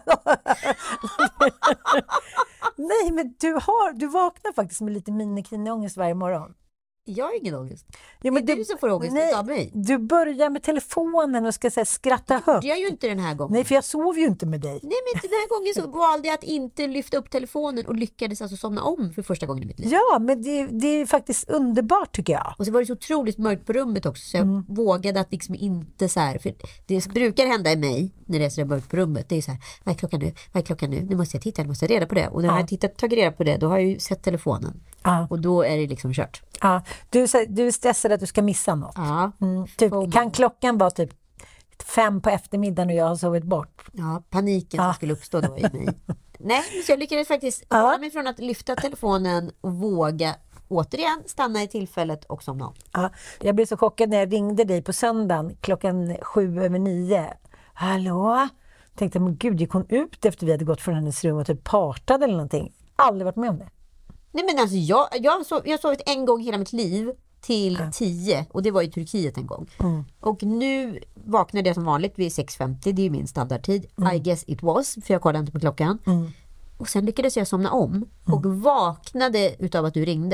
Nej, men du har du vaknar faktiskt med lite minikvinneångest varje morgon. Jag har ingen ångest. Ja, men det är du, du som får ångest nej, av mig. Du börjar med telefonen och ska säga, skratta högt. Det gör ju inte den här gången. Nej, för jag sov ju inte med dig. Nej, men den här gången så valde jag att inte lyfta upp telefonen och lyckades alltså somna om för första gången i mitt liv. Ja, men det, det är faktiskt underbart tycker jag. Och så var det så otroligt mörkt på rummet också, så jag mm. vågade att liksom inte så här, för det brukar hända i mig när det är så mörkt på rummet, det är så här, vad är klockan nu? Vad är klockan nu? Nu måste jag titta, jag måste reda på det. Och när ja. jag tittat, tagit reda på det, då har jag ju sett telefonen. Ja. Och då är det liksom kört. Ja, du, du är stressad att du ska missa något. Ja. Mm, typ, kan klockan vara typ fem på eftermiddagen och jag har sovit bort? Ja, paniken ja. som skulle uppstå då i mig. Nej, så jag lyckades faktiskt ja. hålla mig från att lyfta telefonen och våga återigen stanna i tillfället och somna om. Ja, jag blev så chockad när jag ringde dig på söndagen klockan sju över nio. Hallå? Tänkte, men gud, gick hon ut efter vi hade gått från hennes rum och typ partade eller någonting? Aldrig varit med om det. Nej, men alltså jag, jag, sov, jag har sovit en gång hela mitt liv till ja. tio, och det var i Turkiet en gång. Mm. Och nu vaknade jag som vanligt vid sex femtio, det är ju min standardtid. Mm. I guess it was, för jag kollade inte på klockan. Mm. Och sen lyckades jag somna om och mm. vaknade utav att du ringde.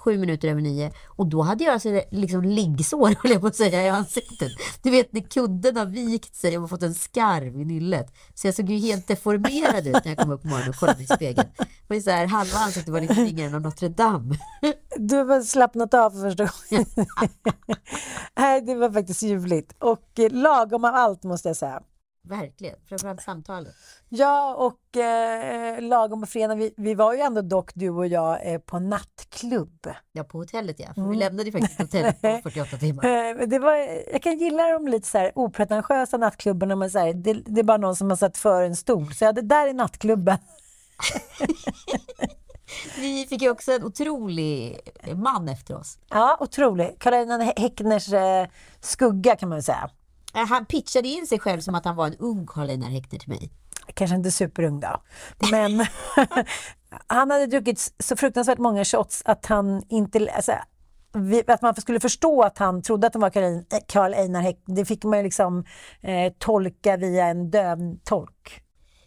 Sju minuter över nio. Och då hade jag alltså liksom liggsår, höll jag på att säga, i ansiktet. Du vet, när kudden har vikt sig och har fått en skarv i nyllet. Så jag såg ju helt deformerad ut när jag kom upp på morgonen och kollade i spegeln. Det var så här, halva ansiktet var lite ringare än Notre Dame. Du var slappnat av för första gången. Nej, det var faktiskt ljuvligt. Och eh, lagom av allt, måste jag säga. Verkligen, framförallt samtalet. Ja, och eh, lagom och fredag, vi, vi var ju ändå dock, du och jag, eh, på nattklubb. Ja, på hotellet, ja. För mm. vi lämnade ju faktiskt hotellet på fyrtioåtta timmar. Eh, det var, jag kan gilla de lite så här opretentiösa nattklubbarna, men så här, det, det är bara någon som har satt för en stol. Så ja, det där är nattklubben. Vi fick ju också en otrolig man efter oss. Ja, otrolig. Karolina Häckners eh, skugga, kan man väl säga. Han pitchade in sig själv som att han var en ung Karolina Häckner till mig. Kanske inte superung då. Men han hade druckit så fruktansvärt många shots att han inte... Alltså, att man skulle förstå att han trodde att han var Karl Einar Häckner. Det fick man ju liksom eh, tolka via en dövtolk.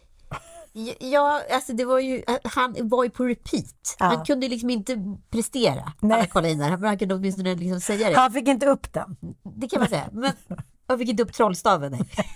Ja, alltså det var ju, han var ju på repeat. Ja. Han kunde liksom inte prestera. Nej. Han, han kunde åtminstone liksom säga det. Han fick inte upp den. Det kan man säga. Men han fick inte upp trollstaven.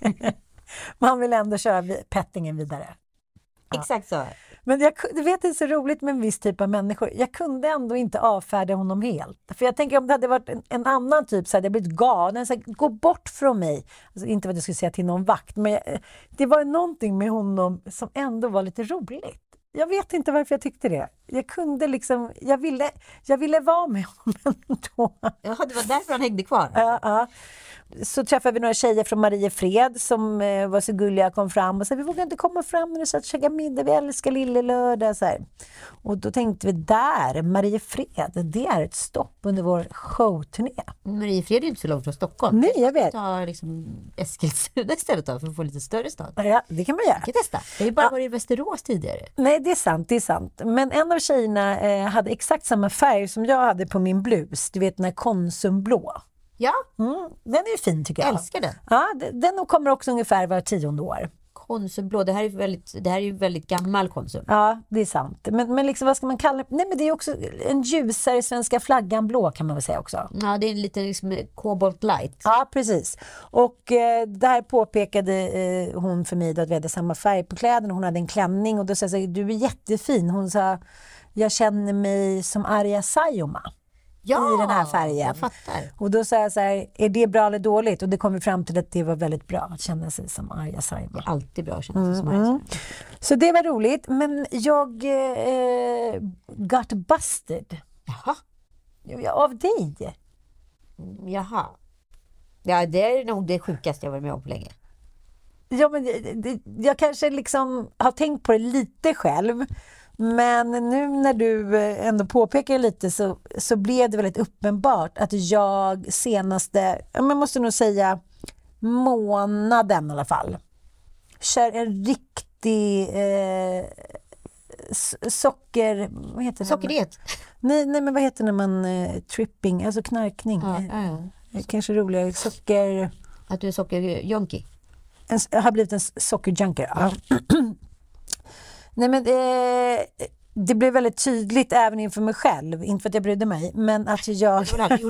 Men han ville ändå köra pettingen vidare. Ja. Exakt så. Men jag, du vet, det är så roligt med en viss typ av människor. Jag kunde ändå inte avfärda honom helt. För jag tänker, om det hade varit en, en annan typ, så hade jag blivit galen. Så här, gå bort från mig. Alltså, inte vad jag skulle säga till någon vakt. Men jag, det var någonting med honom som ändå var lite roligt. Jag vet inte varför jag tyckte det. Jag kunde liksom, jag ville, jag ville vara med honom ändå. Ja, det var därför han hängde kvar. Ja, ja. Så träffade vi några tjejer från Mariefred som eh, var så gulliga, kom fram och sa, vi vågar inte komma fram när du satt och käka middag, vi älskar Lille Lördag. Så här. Och då tänkte vi, där, Mariefred, det är ett stopp under vår showturné. Mariefred är inte så långt från Stockholm. Nej, jag vet. Ta liksom Eskilstuna istället då, för att få lite större stad. Ja, det kan man göra. Jag kan testa. Jag har ju bara ja. varit i Västerås tidigare. Nej, det är sant, det är sant. Men en av tjejerna eh, hade exakt samma färg som jag hade på min blus. Du vet, den här Konsumblå. Ja, mm, den är ju fin tycker jag. Jag älskar den. Ja, den kommer också ungefär var tionde år. Konsumblå, det här är ju väldigt, det här är ju väldigt gammal Konsum. Ja, det är sant. Men, men liksom, vad ska man kalla det? Nej, men det är också en ljusare svenska flaggan blå, kan man väl säga också. Ja, det är lite liksom cobalt light. Ja, precis. Och eh, där påpekade eh, hon för mig då att vi hade samma färg på kläderna. Hon hade en klänning och då sa jag, du är jättefin. Hon sa, jag känner mig som Arja Saijonmaa. Ja, i den här färgen. Jag fattar. Och då sa jag så här, är det bra eller dåligt? Och det kom vi fram till att det var väldigt bra att känna sig som Arja Saijonmaa. Alltid bra att känna sig mm, som Arja Saijonmaa. Så det var roligt, men jag eh, got busted. Jaha. Av dig. Jaha. Ja, det är nog det sjukaste jag varit med om på länge. Ja, men det, det, jag kanske liksom har tänkt på det lite själv. Men nu när du ändå påpekar lite så, så blev det väldigt uppenbart att jag senaste, jag måste nog säga månaden i alla fall, kör en riktig eh, socker... Vad heter det? Sockerdiet? Nej, nej, men vad heter det när man eh, tripping, alltså knarkning? Ja, ja, ja. Kanske roligare, socker... Att du är sockerjunkie? Jag har blivit en sockerjunkie, ja. Nej, men det, det blev väldigt tydligt även inför mig själv, inte för att jag brydde mig, men att jag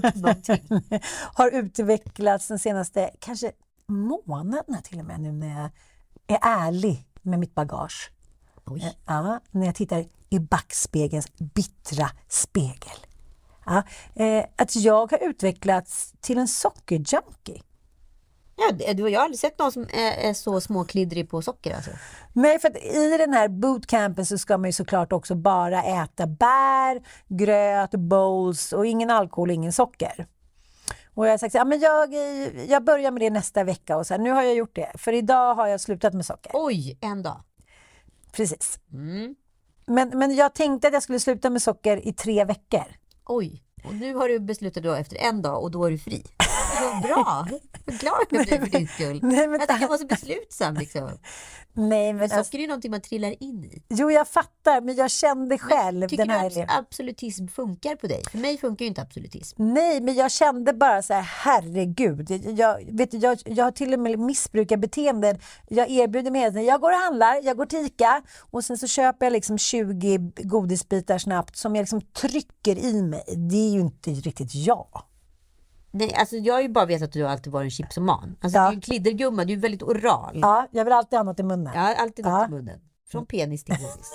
har utvecklats den senaste kanske månaderna till och med nu när jag är ärlig med mitt bagage. Oj. Ja, när jag tittar i backspegelns bittra spegel. Ja, att jag har utvecklats till en sockerjunkie. Ja, du och jag har aldrig sett någon som är, är så småklidrig på socker alltså. Nej, för att i den här bootcampen så ska man ju såklart också bara äta bär, gröt, bowls och ingen alkohol, ingen socker. Och jag har sagt, ja, men jag, jag börjar med det nästa vecka och så här, nu har jag gjort det. För idag har jag slutat med socker. Oj, en dag. Precis. Mm. Men, men jag tänkte att jag skulle sluta med socker i tre veckor. Oj, och nu har du beslutat då efter en dag och då är du fri. Så bra. Vad glad jag blir för din skull. Nej, men jag tycker jag var så beslutsam liksom. Nej, men socker alltså, är ju någonting man trillar in i. Jo, jag fattar, men jag kände själv men, tycker den här du att absolutism funkar på dig? För mig funkar ju inte absolutism. Nej, men jag kände bara så här, herregud. Jag, vet, jag, jag har till och med missbrukarbeteenden. Jag erbjuder mig att jag går och handlar, jag går till Ica och sen så köper jag liksom tjugo godisbitar snabbt som jag liksom trycker i mig. Det är ju inte riktigt jag. Nej, alltså jag har ju bara vetat att du alltid varit en chipsoman. Alltså ja. Du är en kliddergumma, du är väldigt oral. Ja, jag vill alltid ha något i munnen. Ja, alltid något ja. i munnen. Från penis till godis.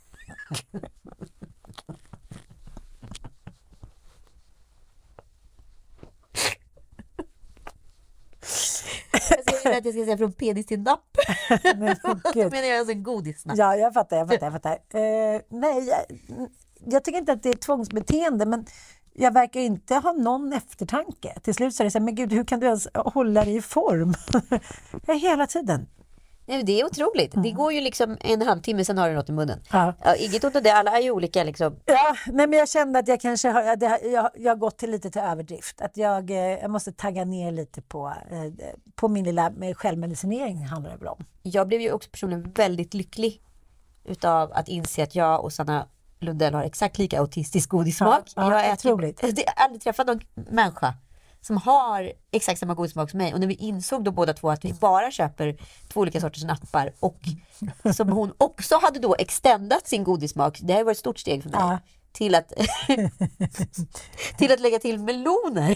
Jag ska att jag ska säga från penis till napp. Men då menar jag alltså en godisnapp. Ja, jag fattar, jag fattar, jag fattar. Uh, nej, jag, jag tycker inte att det är tvångsbeteende, men jag verkar inte ha någon eftertanke. Till slut så är det så här, men gud, hur kan du ens hålla dig i form? Ja, hela tiden. Nej, det är otroligt. Mm. Det går ju liksom en halvtimme, sen har du något i munnen. Ja. Ja, inget ont av det, alla är ju olika liksom. Ja, nej, men jag kände att jag kanske har, jag, jag, jag har gått till lite till överdrift. Att jag, jag måste tagga ner lite på, på min lilla självmedicinering handlar det väl om. Jag blev ju också personligen väldigt lycklig utav att inse att jag och Sanna Lundell har exakt lika autistisk godissmak. Ja, ja, jag äter, jag har aldrig träffat någon människa som har exakt samma godissmak som mig. Och när vi insåg då båda två att vi bara köper två olika sorters nappar och som hon också hade då extendat sin godissmak. Det här var ett stort steg för mig. Ja. Till att till att lägga till meloner.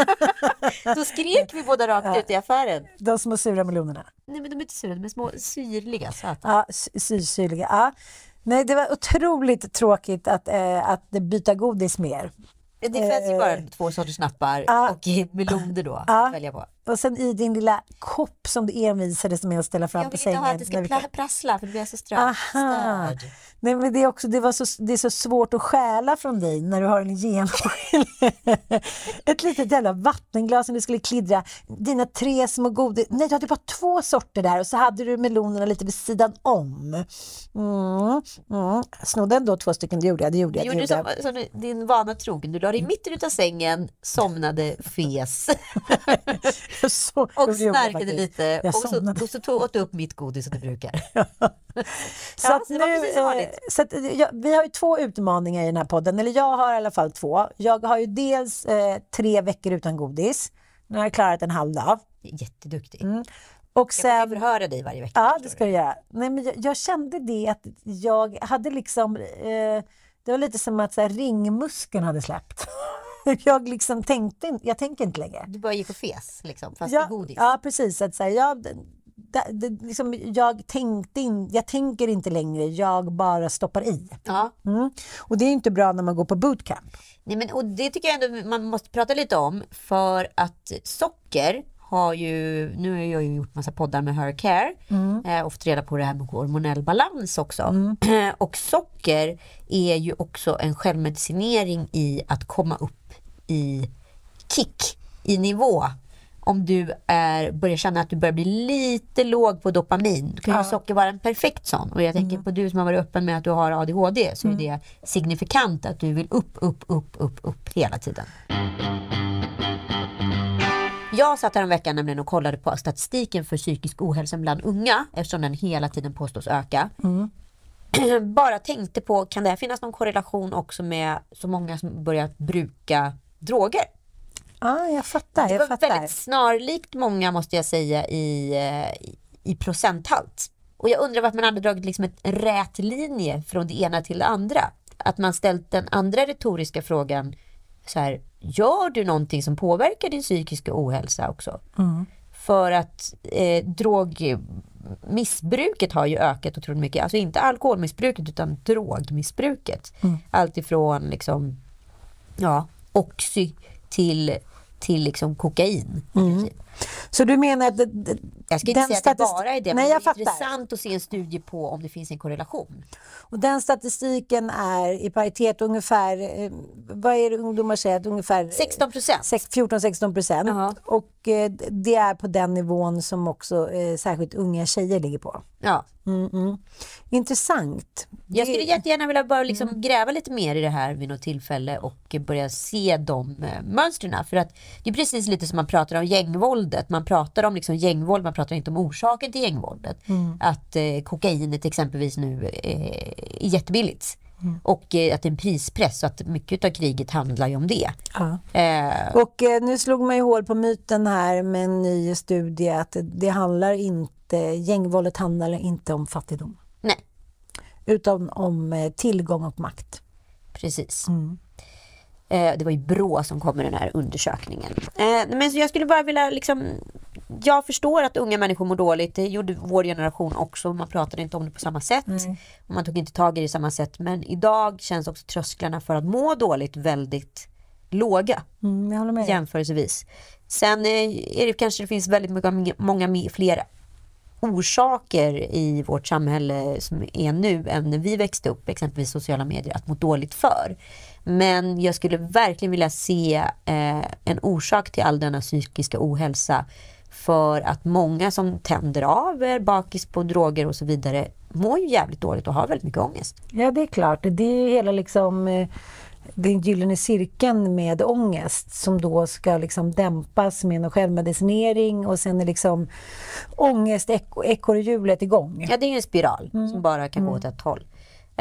Så skrek vi båda rakt ja. ut i affären. De små sura melonerna. Nej, men de är inte sura, de är små syrliga söta. Ja, syrsyrliga. Ja. Nej, det var otroligt tråkigt att, eh, att byta godis mer. Det finns ju bara två sorters snappar ah, och meloner då ah, att välja på. Och sen i din lilla kopp som du envisades med att ställa fram på sängen. Jag vill inte ha att det ska vi... prassla för det blir så störd. Nej, men det är också det var så det är så svårt att stjäla från dig när du har en genomskinlig ett litet jävla vattenglas som du skulle klidra dina tre små godis. Nej, du hade bara två sorter där och så hade du melonerna lite vid sidan om. Mm, mm. Snodde ändå två stycken, det gjorde jag. Det gjorde jag. Det gjorde det gjorde du som, som din vana trogen. Du la dig mitten utav sängen, somnade, fes. så, och snarkade lite och så, och så tog åt upp mitt godis som du brukar. Så, ja, att nu, eh, så att, ja, vi har ju två utmaningar i den här podden, eller jag har i alla fall två. Jag har ju dels eh, tre veckor utan godis. Nu har jag klarat en halv dag. Jätteduktig. Mm. Och sen, jag kommer förhöra dig varje vecka. Ja, det ska jag göra. Nej, men jag, jag kände det att jag hade liksom eh, det var lite som att så här, ringmuskeln hade släppt. Jag liksom tänkte, jag tänker inte längre. Du bara gick och fes liksom, fast ja, i godis. Ja, precis. Att säga, jag, det, det, liksom, jag tänkte in, jag tänker inte längre, jag bara stoppar i. Ja. Mm. Och det är inte bra när man går på bootcamp. Nej, men och det tycker jag ändå man måste prata lite om, för att socker har ju, nu har jag ju gjort massa poddar med Her Care mm. eh, och fått reda på det här med hormonell balans också. Mm. Och socker är ju också en självmedicinering i att komma upp i kick, i nivå. Om du är, börjar känna att du börjar bli lite låg på dopamin, då kan ja. ju socker vara en perfekt sån. Och jag tänker mm. på du som har varit öppen med att du har A D H D, så mm. är det signifikant att du vill upp, upp, upp, upp, upp hela tiden. Jag satt här en vecka nämligen och kollade på statistiken för psykisk ohälsa bland unga, eftersom den hela tiden påstås öka. Mm. Bara tänkte på, kan det här finnas någon korrelation också med så många som börjar bruka droger? Ja, jag fattar. Det var jag fattar. väldigt snarlikt många, måste jag säga, i, i, i procenthalt. Och jag undrar varför man hade dragit liksom ett rät linje från det ena till det andra. Att man ställt den andra retoriska frågan så här: gör du någonting som påverkar din psykiska ohälsa också? Mm. För att eh, drogmissbruket har ju ökat otroligt mycket. Alltså inte alkoholmissbruket utan drogmissbruket. Mm. Allt ifrån liksom, ja, oxy till, till liksom kokain. Mm. Så du menar att det, det, jag ska inte säga statist- att det bara är det, men Nej, det är fattar. intressant att se en studie på om det finns en korrelation. Och den statistiken är i paritet ungefär, eh, vad är det ungdomar säger, att ungefär sexton procent. Ja. Mm-mm. Intressant. Jag skulle jättegärna vilja bara liksom mm. gräva lite mer i det här vid något tillfälle och börja se de eh, mönstren. För att det är precis lite som man pratar om gängvåld våldet. Man pratar om liksom gängvåld, man pratar inte om orsaken till gängvåldet. Mm. Att eh, kokainet exempelvis nu eh, är jättebilligt. Mm. Och eh, att det är en prispress, så att mycket av kriget handlar ju om det. Ja. Eh, och eh, nu slog man ju hål på myten här med en ny studie att det handlar inte, gängvåldet handlar inte om fattigdom. Nej. Utan om eh, tillgång och makt. Precis. Mm. Eh, det var ju Brå som kom med den här undersökningen. Eh, men så jag skulle bara vilja liksom, jag förstår att unga människor mår dåligt. Det gjorde vår generation också. Man pratade inte om det på samma sätt. Mm. Och man tog inte tag i det i samma sätt. Men idag känns också trösklarna för att må dåligt väldigt låga. Mm, jag håller med. Jämförelsevis. Sen eh, är det kanske det finns väldigt många, många fler orsaker i vårt samhälle som är nu än när vi växte upp, exempelvis sociala medier, att må dåligt för. Men jag skulle verkligen vilja se eh, en orsak till all denna psykiska ohälsa, för att många som tänder av är bakis på droger och så vidare mår ju jävligt dåligt och har väldigt mycket ångest. Ja, det är klart. Det är ju hela liksom eh, den gyllene cirkeln med ångest som då ska liksom dämpas med en självmedicinering, och sen är liksom ångest ekorrhjulet igång. Ja, det är ju en spiral mm. som bara kan gå åt ett håll.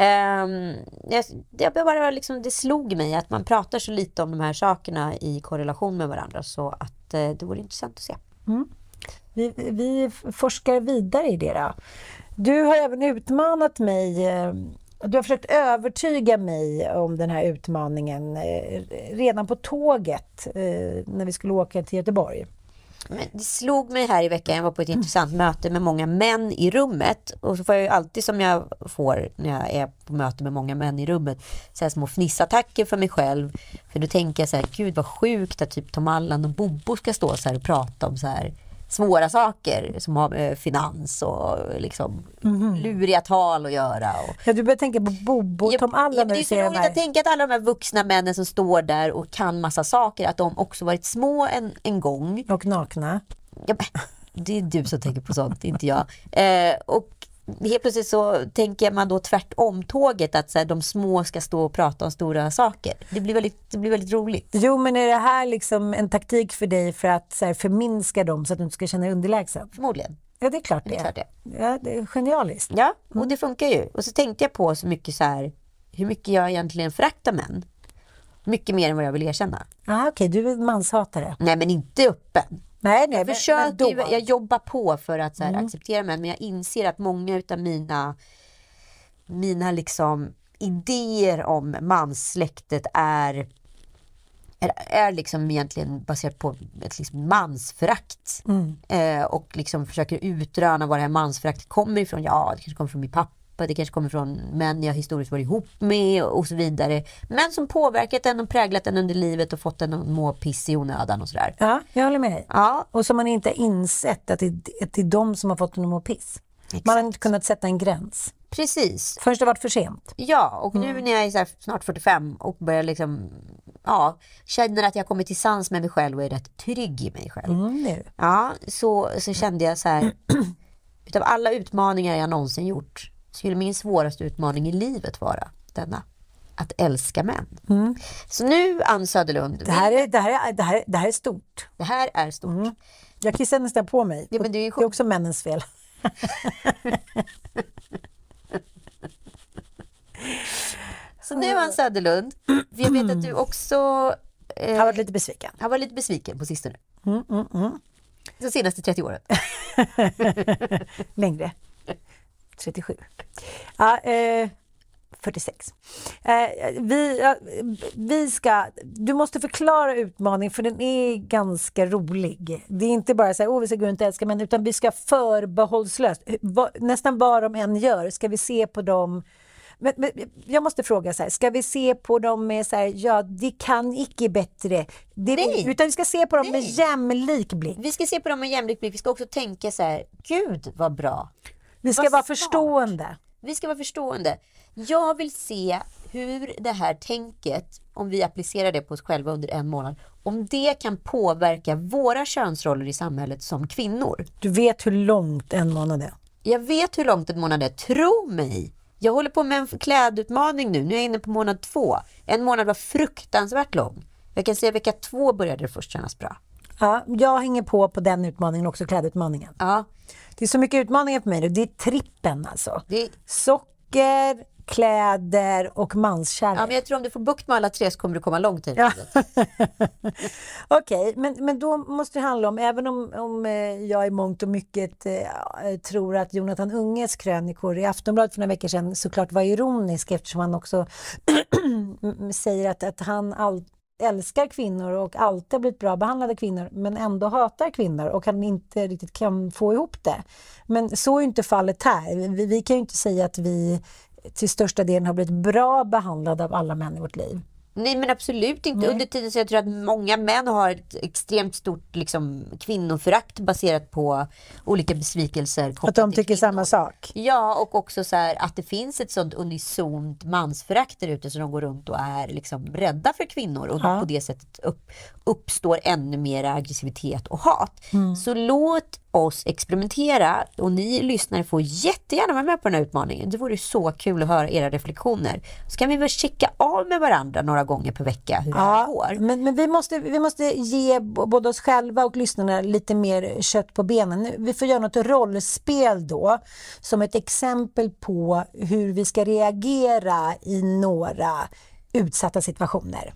Um, jag, jag bara liksom, det slog mig att man pratar så lite om de här sakerna i korrelation med varandra, så att eh, det vore intressant att se. Mm. Vi, vi forskar vidare i det då. Du har även utmanat mig, eh, du har försökt övertyga mig om den här utmaningen eh, redan på tåget eh, när vi skulle åka till Göteborg. Men det slog mig här i veckan, jag var på ett intressant möte med många män i rummet, och så får jag ju alltid, som jag får när jag är på möte med många män i rummet, så här små fnissattacker för mig själv, för då tänker jag så här, gud vad sjukt att typ Tom Allan och Bobo ska stå så här och prata om så här svåra saker som har med finans och liksom mm. luriga tal att göra. Och... Ja, du börjar tänka på Bobo och Tom Allan. Ja, det är så roligt att tänka att alla de här vuxna männen som står där och kan massa saker, att de också varit små en, en gång. Och nakna. Ja, det är du som tänker på sånt, inte jag. Eh, och helt plötsligt så tänker man då tvärtom tåget, att så här, de små ska stå och prata om stora saker. Det blir väldigt, det blir väldigt roligt. Jo, men är det här liksom en taktik för dig för att så här, förminska dem så att du inte ska känna dig underlägsen? Förmodligen. Ja, det är klart det. Det är, klart det. Ja, det är genialiskt. Ja, och det funkar ju. Och så tänkte jag på så mycket så här, hur mycket jag egentligen föraktar män. Mycket mer än vad jag vill erkänna. Ah, okej, okay. Du är manshatare. Nej, men inte öppen. Nej, nej, jag men, försöker, men jag jobbar på för att så här, mm. acceptera män, men jag inser att många utav mina mina liksom idéer om manssläktet är är, är liksom egentligen baserat på ett liksom mansförakt. Mm. Eh, och liksom försöker utröna var det här mansföraktet kommer ifrån. Ja, det kanske kommer från min pappa, det kanske kommer från män jag historiskt varit ihop med och så vidare. Men som påverkat den och präglat den under livet och fått den att må piss i onödan och sådär. Ja, jag håller med dig. Ja. Och som man inte insett att det, att det är de som har fått den att må piss. Exakt. Man har inte kunnat sätta en gräns. Precis. Först det varit för sent. Ja, och nu mm. när jag är så här snart fyrtiofem och börjar liksom, ja, känner att jag kommer till sans med mig själv och är rätt trygg i mig själv. Mm, det är du. Ja, så, så kände jag så här, utav alla utmaningar jag någonsin gjort, skulle min svåraste utmaning i livet vara denna. Att älska män. Mm. Så nu, Ann Söderlund. Det här är, det här är, det här, det här är stort. Det här är stort. Mm. Jag kissar nästan på mig. Ja, men det, är det är också männens fel. Så nu, Ann Söderlund, jag vet att du också eh, har varit lite besviken. Har varit lite besviken på sistone. Mm, mm, mm. De senaste trettio åren. Längre. trettiosju. Ja, eh, fyrtiosex. Eh, vi, ja, vi ska, du måste förklara utmaningen, för den är ganska rolig. Det är inte bara så här, åh, vi ska gå runt och älska män, utan vi ska förbehållslöst, va, nästan vad de än gör, ska vi se på dem. Men, men jag måste fråga så här, ska vi se på dem med så här, ja, det kan icke bättre. Det, Nej. Utan vi ska se på dem Nej. med jämlik blick. Vi ska se på dem med jämlik blick. Vi ska också tänka så här, gud vad bra. Vi ska vad vara smart. förstående. Vi ska vara förstående. Jag vill se hur det här tänket, om vi applicerar det på oss själva under en månad, om det kan påverka våra könsroller i samhället som kvinnor. Du vet hur långt en månad är. Jag vet hur långt en månad är. Tro mig. Jag håller på med en klädutmaning nu. Nu är jag inne på månad två. En månad var fruktansvärt lång. Jag kan säga att vecka två började det först kännas bra. Ja, jag hänger på på den utmaningen också, klädutmaningen. Ja. Det är så mycket utmaningar för mig nu. Det är trippen alltså. Det... Socker, kläder och manskärlek. Ja, men jag tror om du får bukt med alla tre så kommer du komma långt. Ja. Okej, okay, men, men då måste det handla om, även om, om jag i mångt och mycket eh, tror att Jonathan Unges krönikor i Aftonbladet för några veckor sedan såklart var ironisk, eftersom han också säger att, att han alltid älskar kvinnor och alltid har blivit bra behandlade kvinnor, men ändå hatar kvinnor och han inte riktigt kan få ihop det. Men så är inte fallet här. Vi, vi kan ju inte säga att vi till största delen har blivit bra behandlade av alla män i vårt liv. Nej, men absolut inte. Nej. Under tiden så jag tror att många män har ett extremt stort liksom, kvinnoförakt baserat på olika besvikelser. Att de tycker samma sak. Ja, och också så här, att det finns ett sånt unisont mansförakt där ute så de går runt och är liksom rädda för kvinnor och ja. På det sättet upp, uppstår ännu mer aggressivitet och hat. Mm. Så låt oss experimentera och ni lyssnare får jättegärna vara med på den här utmaningen. Det vore så kul att höra era reflektioner. Så kan vi väl checka av med varandra några gånger per vecka hur ja, det här går. Men, men vi, måste, vi måste ge både oss själva och lyssnarna lite mer kött på benen. Vi får göra något rollspel då som ett exempel på hur vi ska reagera i några utsatta situationer.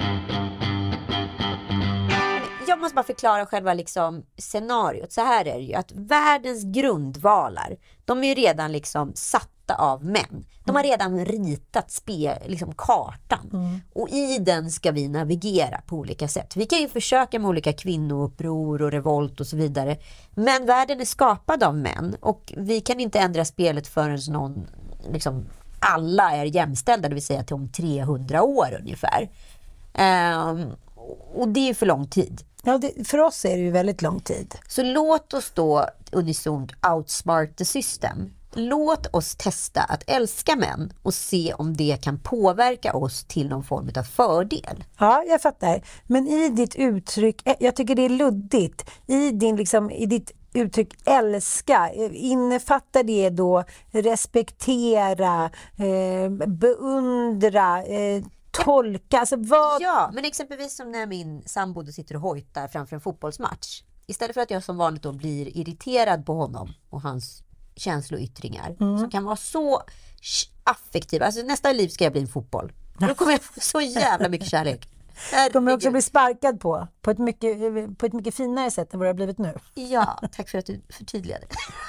Jag måste bara förklara själva liksom scenariot. Så här är det ju att världens grundvalar, de är ju redan liksom satta av män. De har redan ritat spe, liksom kartan. Mm. Och i den ska vi navigera på olika sätt. Vi kan ju försöka med olika kvinnouppror och revolt och så vidare. Men världen är skapad av män. Och vi kan inte ändra spelet förrän någon, liksom, alla är jämställda. Det vill säga till om trehundra år ungefär. Um, och det är för lång tid. Ja, det, för oss är det ju väldigt lång tid. Så låt oss då unisont outsmart the system. Låt oss testa att älska män och se om det kan påverka oss till någon form av fördel. Ja, jag fattar. Men i ditt uttryck, jag tycker det är luddigt. I, din, liksom, i ditt uttryck älska, innefattar det då respektera, eh, beundra, eh, tolka, alltså vad... Ja, men exempelvis som när min sambo sitter och hojtar framför en fotbollsmatch. Istället för att jag som vanligt då blir irriterad på honom och hans känsloyttringar mm. som kan vara så affektiva. Alltså nästa liv ska jag bli en fotboll. Då kommer jag få så jävla mycket kärlek. Du kommer också bli sparkad på på ett, mycket, på ett mycket finare sätt än vad det har blivit nu. Ja, tack för att du förtydligade.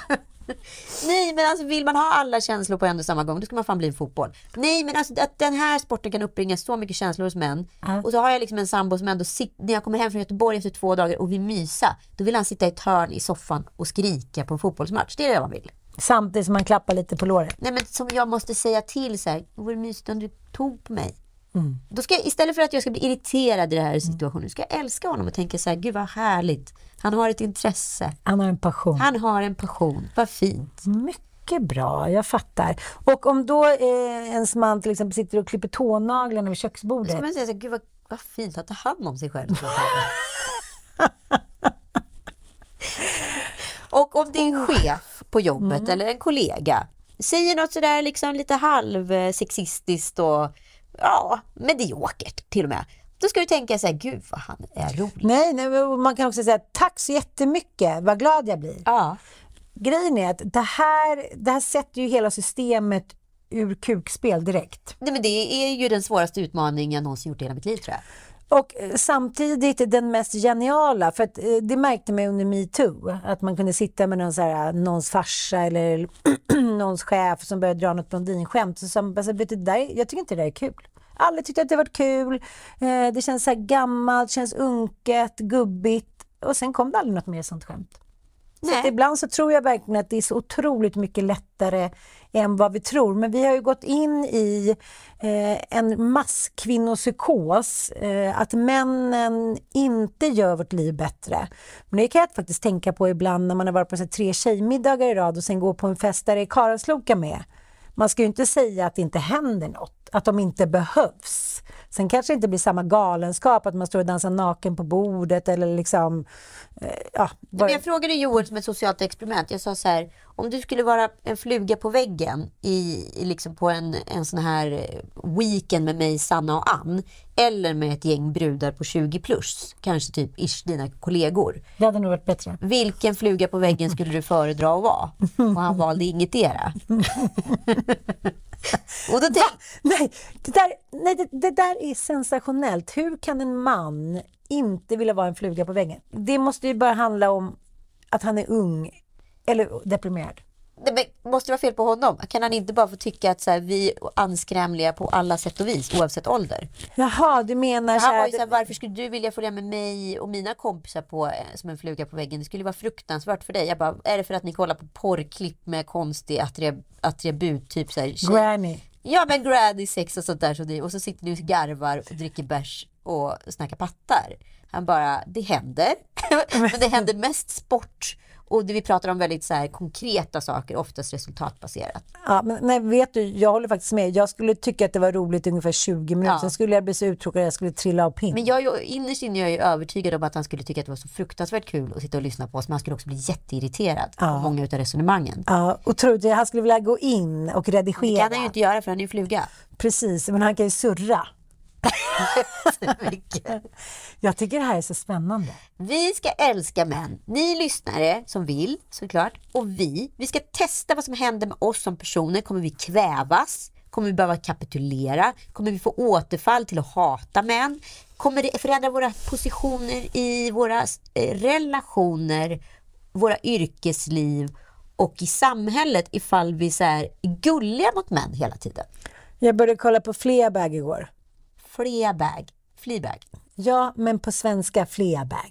Nej, men alltså vill man ha alla känslor på en och samma gång, då ska man fan bli en fotboll. Nej, men alltså att den här sporten kan uppbringa så mycket känslor hos män. Mm. Och så har jag liksom en sambo som ändå sitter, när jag kommer hem från Göteborg efter två dagar och vill mysa, då vill han sitta i ett hörn i soffan och skrika på en fotbollsmatch. Det är det man vill. Samtidigt som man klappar lite på låret. Nej, men som jag måste säga till så här, det vore mysigt om du tog på mig. Mm. Då ska jag, istället för att jag ska bli irriterad i den här situationen, ska jag älska honom och tänka så här, gud vad härligt. Han har ett intresse. Han har en passion. Han har en passion. Vad fint. Mycket bra, jag fattar. Och om då eh, ens man till exempel sitter och klipper tånaglarna vid köksbordet. Ska man säga så här, gud vad, vad fint att ta hand om sig själv. Och om det är en chef på jobbet mm. eller en kollega säger något sådär liksom lite halvsexistiskt och ja, mediokert till och med. Då ska du tänka så här, gud vad han är rolig. Nej, nej, man kan också säga tack så jättemycket, vad glad jag blir. Ja. Grejen är att det här, det här sätter ju hela systemet ur kukspel direkt. Nej, men det är ju den svåraste utmaningen jag någonsin gjort i hela mitt liv, tror jag. Och samtidigt den mest geniala, för att det märkte mig under MeToo, att man kunde sitta med någon så här, någons farsa eller någons chef som började dra något blondinskämt. Så som, alltså, vet du, där, jag tycker inte det är kul. Alla tyckte att det var kul, eh, det känns så här gammalt, känns unket, gubbigt. Och sen kom det aldrig något mer sånt skämt. Så att ibland så tror jag verkligen att det är så otroligt mycket lättare än vad vi tror. Men vi har ju gått in i eh, en masskvinnopsykos. Eh, att männen inte gör vårt liv bättre. Men det kan jag faktiskt tänka på ibland när man har varit på så här, tre tjejmiddagar i rad och sen går på en fest där det är karlsloka med. Man ska ju inte säga att det inte händer något. att de inte behövs. Sen kanske det inte blir samma galenskap att man står och dansar naken på bordet eller liksom... Eh, ja, bara... Men jag frågade Joel som ett socialt experiment. Jag sa så här, om du skulle vara en fluga på väggen i, i liksom på en, en sån här weekend med mig, Sanna och Ann, eller med ett gäng brudar på tjugo plus, kanske typ ish dina kollegor. Det hade nog varit bättre. Vilken fluga på väggen skulle du föredra att vara? Och han valde ingetdera. Och då tänk... Nej, det där, nej det, det där är sensationellt. Hur kan en man inte vilja vara en fluga på väggen? Det måste ju bara handla om att han är ung eller deprimerad. Det måste vara fel på honom. Kan han inte bara få tycka att så här, vi är anskrämliga på alla sätt och vis oavsett ålder? Jaha, du menar så här, här, så här, varför skulle du vilja följa med mig och mina kompisar på som en fluga på väggen? Det skulle vara fruktansvärt för dig. Jag bara, är det för att ni kollar på porrklipp med konstig attribut typ så här, Granny. Ja, men Granny sex och sånt där så det, och så sitter ni och garvar och dricker bärs och snackar pattar. Han bara, det händer. Men det händer mest sport. Och det vi pratar om väldigt så här konkreta saker, oftast resultatbaserat. Ja, men nej, vet du, jag håller faktiskt med. Jag skulle tycka att det var roligt ungefär tjugo minuter. Ja. Sen skulle jag bli så uttråkad att jag skulle trilla av pinn. Men jag, innerst inne är jag övertygad om att han skulle tycka att det var så fruktansvärt kul att sitta och lyssna på oss. Men han skulle också bli jätteirriterad ja. på många utav resonemangen. Ja, och trodde jag han skulle vilja gå in och redigera. Det kan han ju inte göra för han är ju fluga. Precis, men han kan ju surra. Jag tycker det här är så spännande. Vi ska älska män. Ni lyssnare som vill, såklart. Och vi, vi ska testa vad som händer med oss som personer. Kommer vi kvävas? Kommer vi behöva kapitulera? Kommer vi få återfall till att hata män? Kommer det förändra våra positioner i våra relationer, våra yrkesliv och i samhället ifall vi så här är gulliga mot män hela tiden? Jag började kolla på Fleabag igår. Fleabag. Fleabag. Ja, men på svenska Fleabag.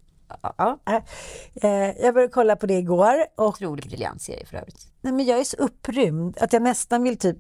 Ja. Uh, jag började kolla på det igår. Och... Otroligt briljant serie för övrigt. Nej, men jag är så upprymd att jag nästan vill typ...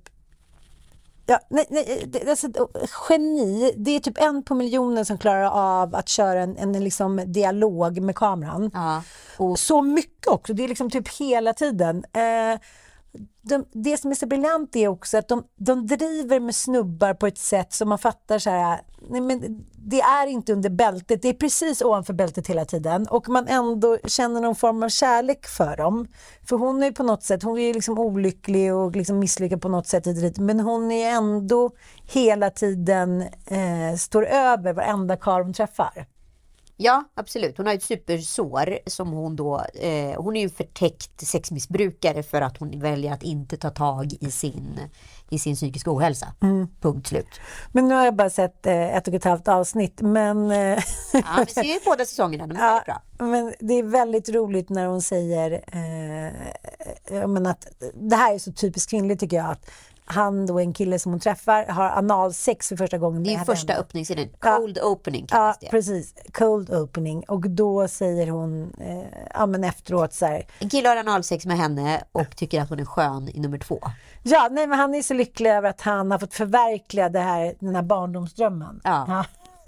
Ja, nej, nej, det, alltså, geni. Det är typ en på miljonen som klarar av att köra en, en liksom dialog med kameran. Ja. Och... Så mycket också. Det är liksom typ hela tiden. Uh, De, det som är så briljant är också att de, de driver med snubbar på ett sätt som man fattar så här, nej men det är inte under bältet, det är precis ovanför bältet hela tiden och man ändå känner någon form av kärlek för dem. För hon är på något sätt, hon är liksom olycklig och liksom misslyckad på något sätt, men hon är ändå hela tiden eh, står över varenda karl hon träffar. Ja, absolut. Hon har ett supersår som hon då, eh, hon är ju förtäckt sexmissbrukare för att hon väljer att inte ta tag i sin, i sin psykiska ohälsa. Mm. Punkt slut. Men nu har jag bara sett eh, ett och ett halvt avsnitt, men... Eh, ja, vi ser ju båda säsongerna, de är ja, bra. Men det är väldigt roligt när hon säger eh, jag menar att det här är så typiskt kvinnligt tycker jag, att han då, en kille som hon träffar, har analsex för första gången. Det är första öppningsscenen. Cold ja, opening kallas ja, det. Precis. Cold opening. Och då säger hon eh, ja, men efteråt så här. En kille har analsex med henne och tycker att hon är skön i nummer två. Ja, nej men han är så lycklig över att han har fått förverkliga det här, den här barndomsdrömmen. Ja. Ja.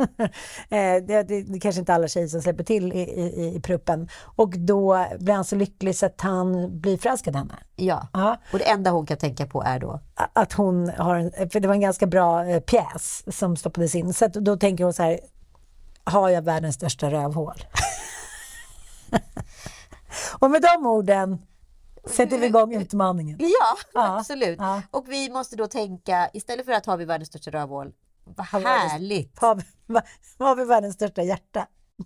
det, det, det är kanske inte alla tjejer som släpper till i, i, i pruppen. Och då blir han så lycklig så att han blir förälskad henne. Ja. ja, och det enda hon kan tänka på är då att hon har en, för det var en ganska bra eh, pjäs som stoppades in. Så att då tänker hon så här, har jag världens största rövhål? Och med de orden sätter vi igång utmaningen. Ja, ja. absolut. Ja. Och vi måste då tänka, istället för att ha vi världens största rövhål, vad härligt. Har vi, har, har vi världens största hjärta?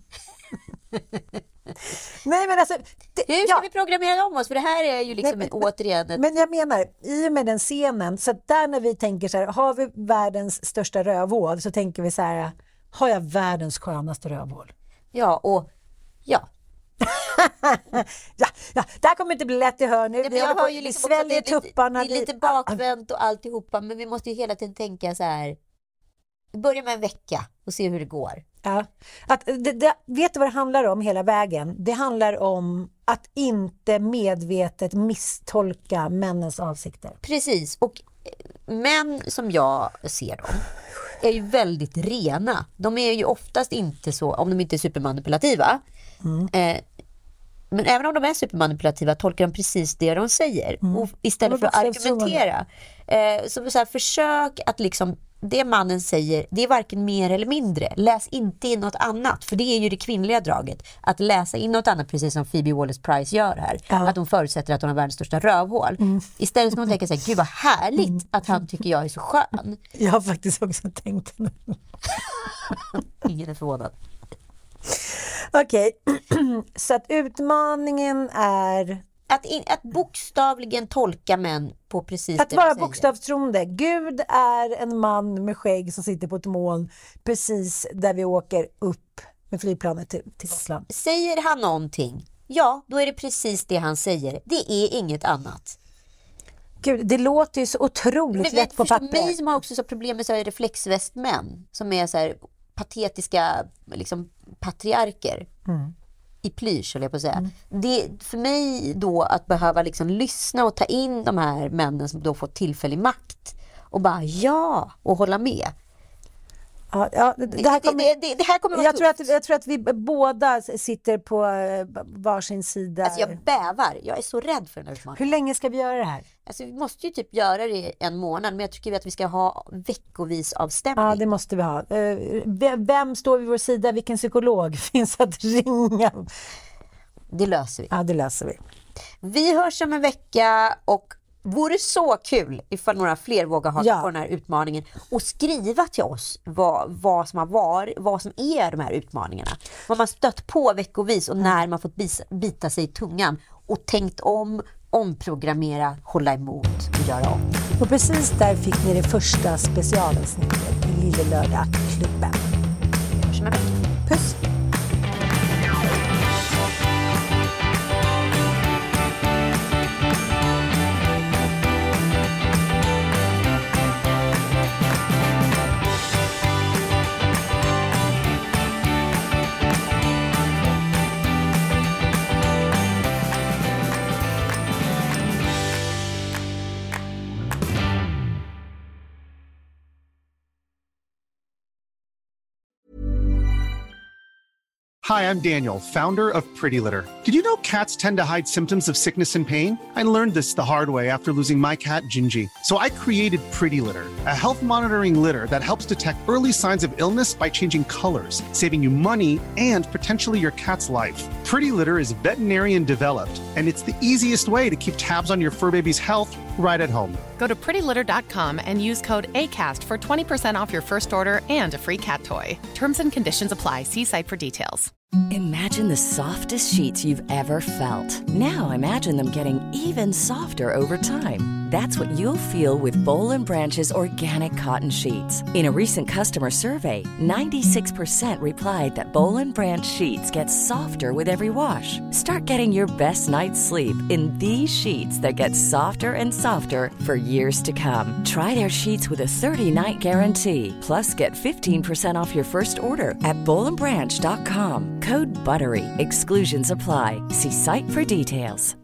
Nej men alltså det, hur ska ja. vi programmera om oss? För det här är ju liksom Nej, en, återigen ett... Men jag menar, i och med den scenen, så att där när vi tänker så här, har vi världens största rövhål, så tänker vi så här, har jag världens skönaste rövhål? Ja, och ja. ja, ja, det här kommer inte bli lätt i hör nu. Ja, vi har ju liksom sväljer det, tupparna. Det är lite bakvänt och alltihopa, men vi måste ju hela tiden tänka så här. Börja med en vecka och se hur det går. Ja. Att, det, det, vet du vad det handlar om hela vägen? Det handlar om att inte medvetet misstolka männens avsikter. Precis, och män som jag ser dem är ju väldigt rena. De är ju oftast inte så, om de inte är supermanipulativa. Mm. Eh, Men även om de är supermanipulativa tolkar de precis det de säger. Mm. Och istället för att argumentera. Eh, så, så här, försök att liksom, det mannen säger, det är varken mer eller mindre. Läs inte in något annat. För det är ju det kvinnliga draget. Att läsa in något annat, precis som Phoebe Waller-Price gör här. Ja. Att hon förutsätter att hon har världens största rövhål. Mm. Istället ska hon tänka sig, gud vad härligt mm. att han tycker jag är så skön. Jag har faktiskt också tänkt det. Ingen är förvånad. Okej, okay. Så att utmaningen är... Att, in, att bokstavligen tolka män på precis att det vara bokstavstroende. Gud är en man med skägg som sitter på ett moln precis där vi åker upp med flygplanet till, till Gotland. Säger han någonting? Ja, då är det precis det han säger. Det är inget annat. Gud, det låter ju så otroligt men, lätt på papper. För mig som har också så problem med så här reflexvästmän som är så här patetiska liksom, patriarker. Mm. I plysch, eller jag på att säga. Mm. Det för mig då att behöva liksom lyssna och ta in de här männen som då får tillfällig makt och bara ja och hålla med. Ja, ja, det, det, här kommer, det, det, det här kommer vara jag tror att jag tror att vi båda sitter på varsin sida. Alltså jag bävar. Jag är så rädd för den här utmaningen. Hur länge ska vi göra det här? Alltså vi måste ju typ göra det en månad, men jag tycker att vi ska ha veckovis avstämning. Ja, det måste vi ha. Vem står vid vår sida? Vilken psykolog finns att ringa? Det löser vi. Ja, det löser vi. Vi hörs om en vecka och vore så kul ifall några fler vågar ha ja. på den här utmaningen och skriva till oss vad, vad som har varit, vad som är de här utmaningarna. Vad man stött på veckovis och när man fått bisa, bita sig i tungan och tänkt om, omprogrammera, hålla emot och göra om. Och precis där fick ni det första specialavsnittet i Lille Lördag-klubben. Vi hörs om en vecka. Puss! Hi, I'm Daniel, founder of Pretty Litter. Did you know cats tend to hide symptoms of sickness and pain? I learned this the hard way after losing my cat, Gingy. So I created Pretty Litter, a health monitoring litter that helps detect early signs of illness by changing colors, saving you money and potentially your cat's life. Pretty Litter is veterinarian developed, and it's the easiest way to keep tabs on your fur baby's health right at home. Go to pretty litter dot com and use code ACAST for twenty percent off your first order and a free cat toy. Terms and conditions apply. See site for details. Imagine the softest sheets you've ever felt. Now imagine them getting even softer over time. That's what you'll feel with Boll and Branch's organic cotton sheets. In a recent customer survey, ninety-six percent replied that Boll and Branch sheets get softer with every wash. Start getting your best night's sleep in these sheets that get softer and softer for years to come. Try their sheets with a thirty-night guarantee. Plus, get fifteen percent off your first order at boll and branch dot com. Code BUTTERY. Exclusions apply. See site for details.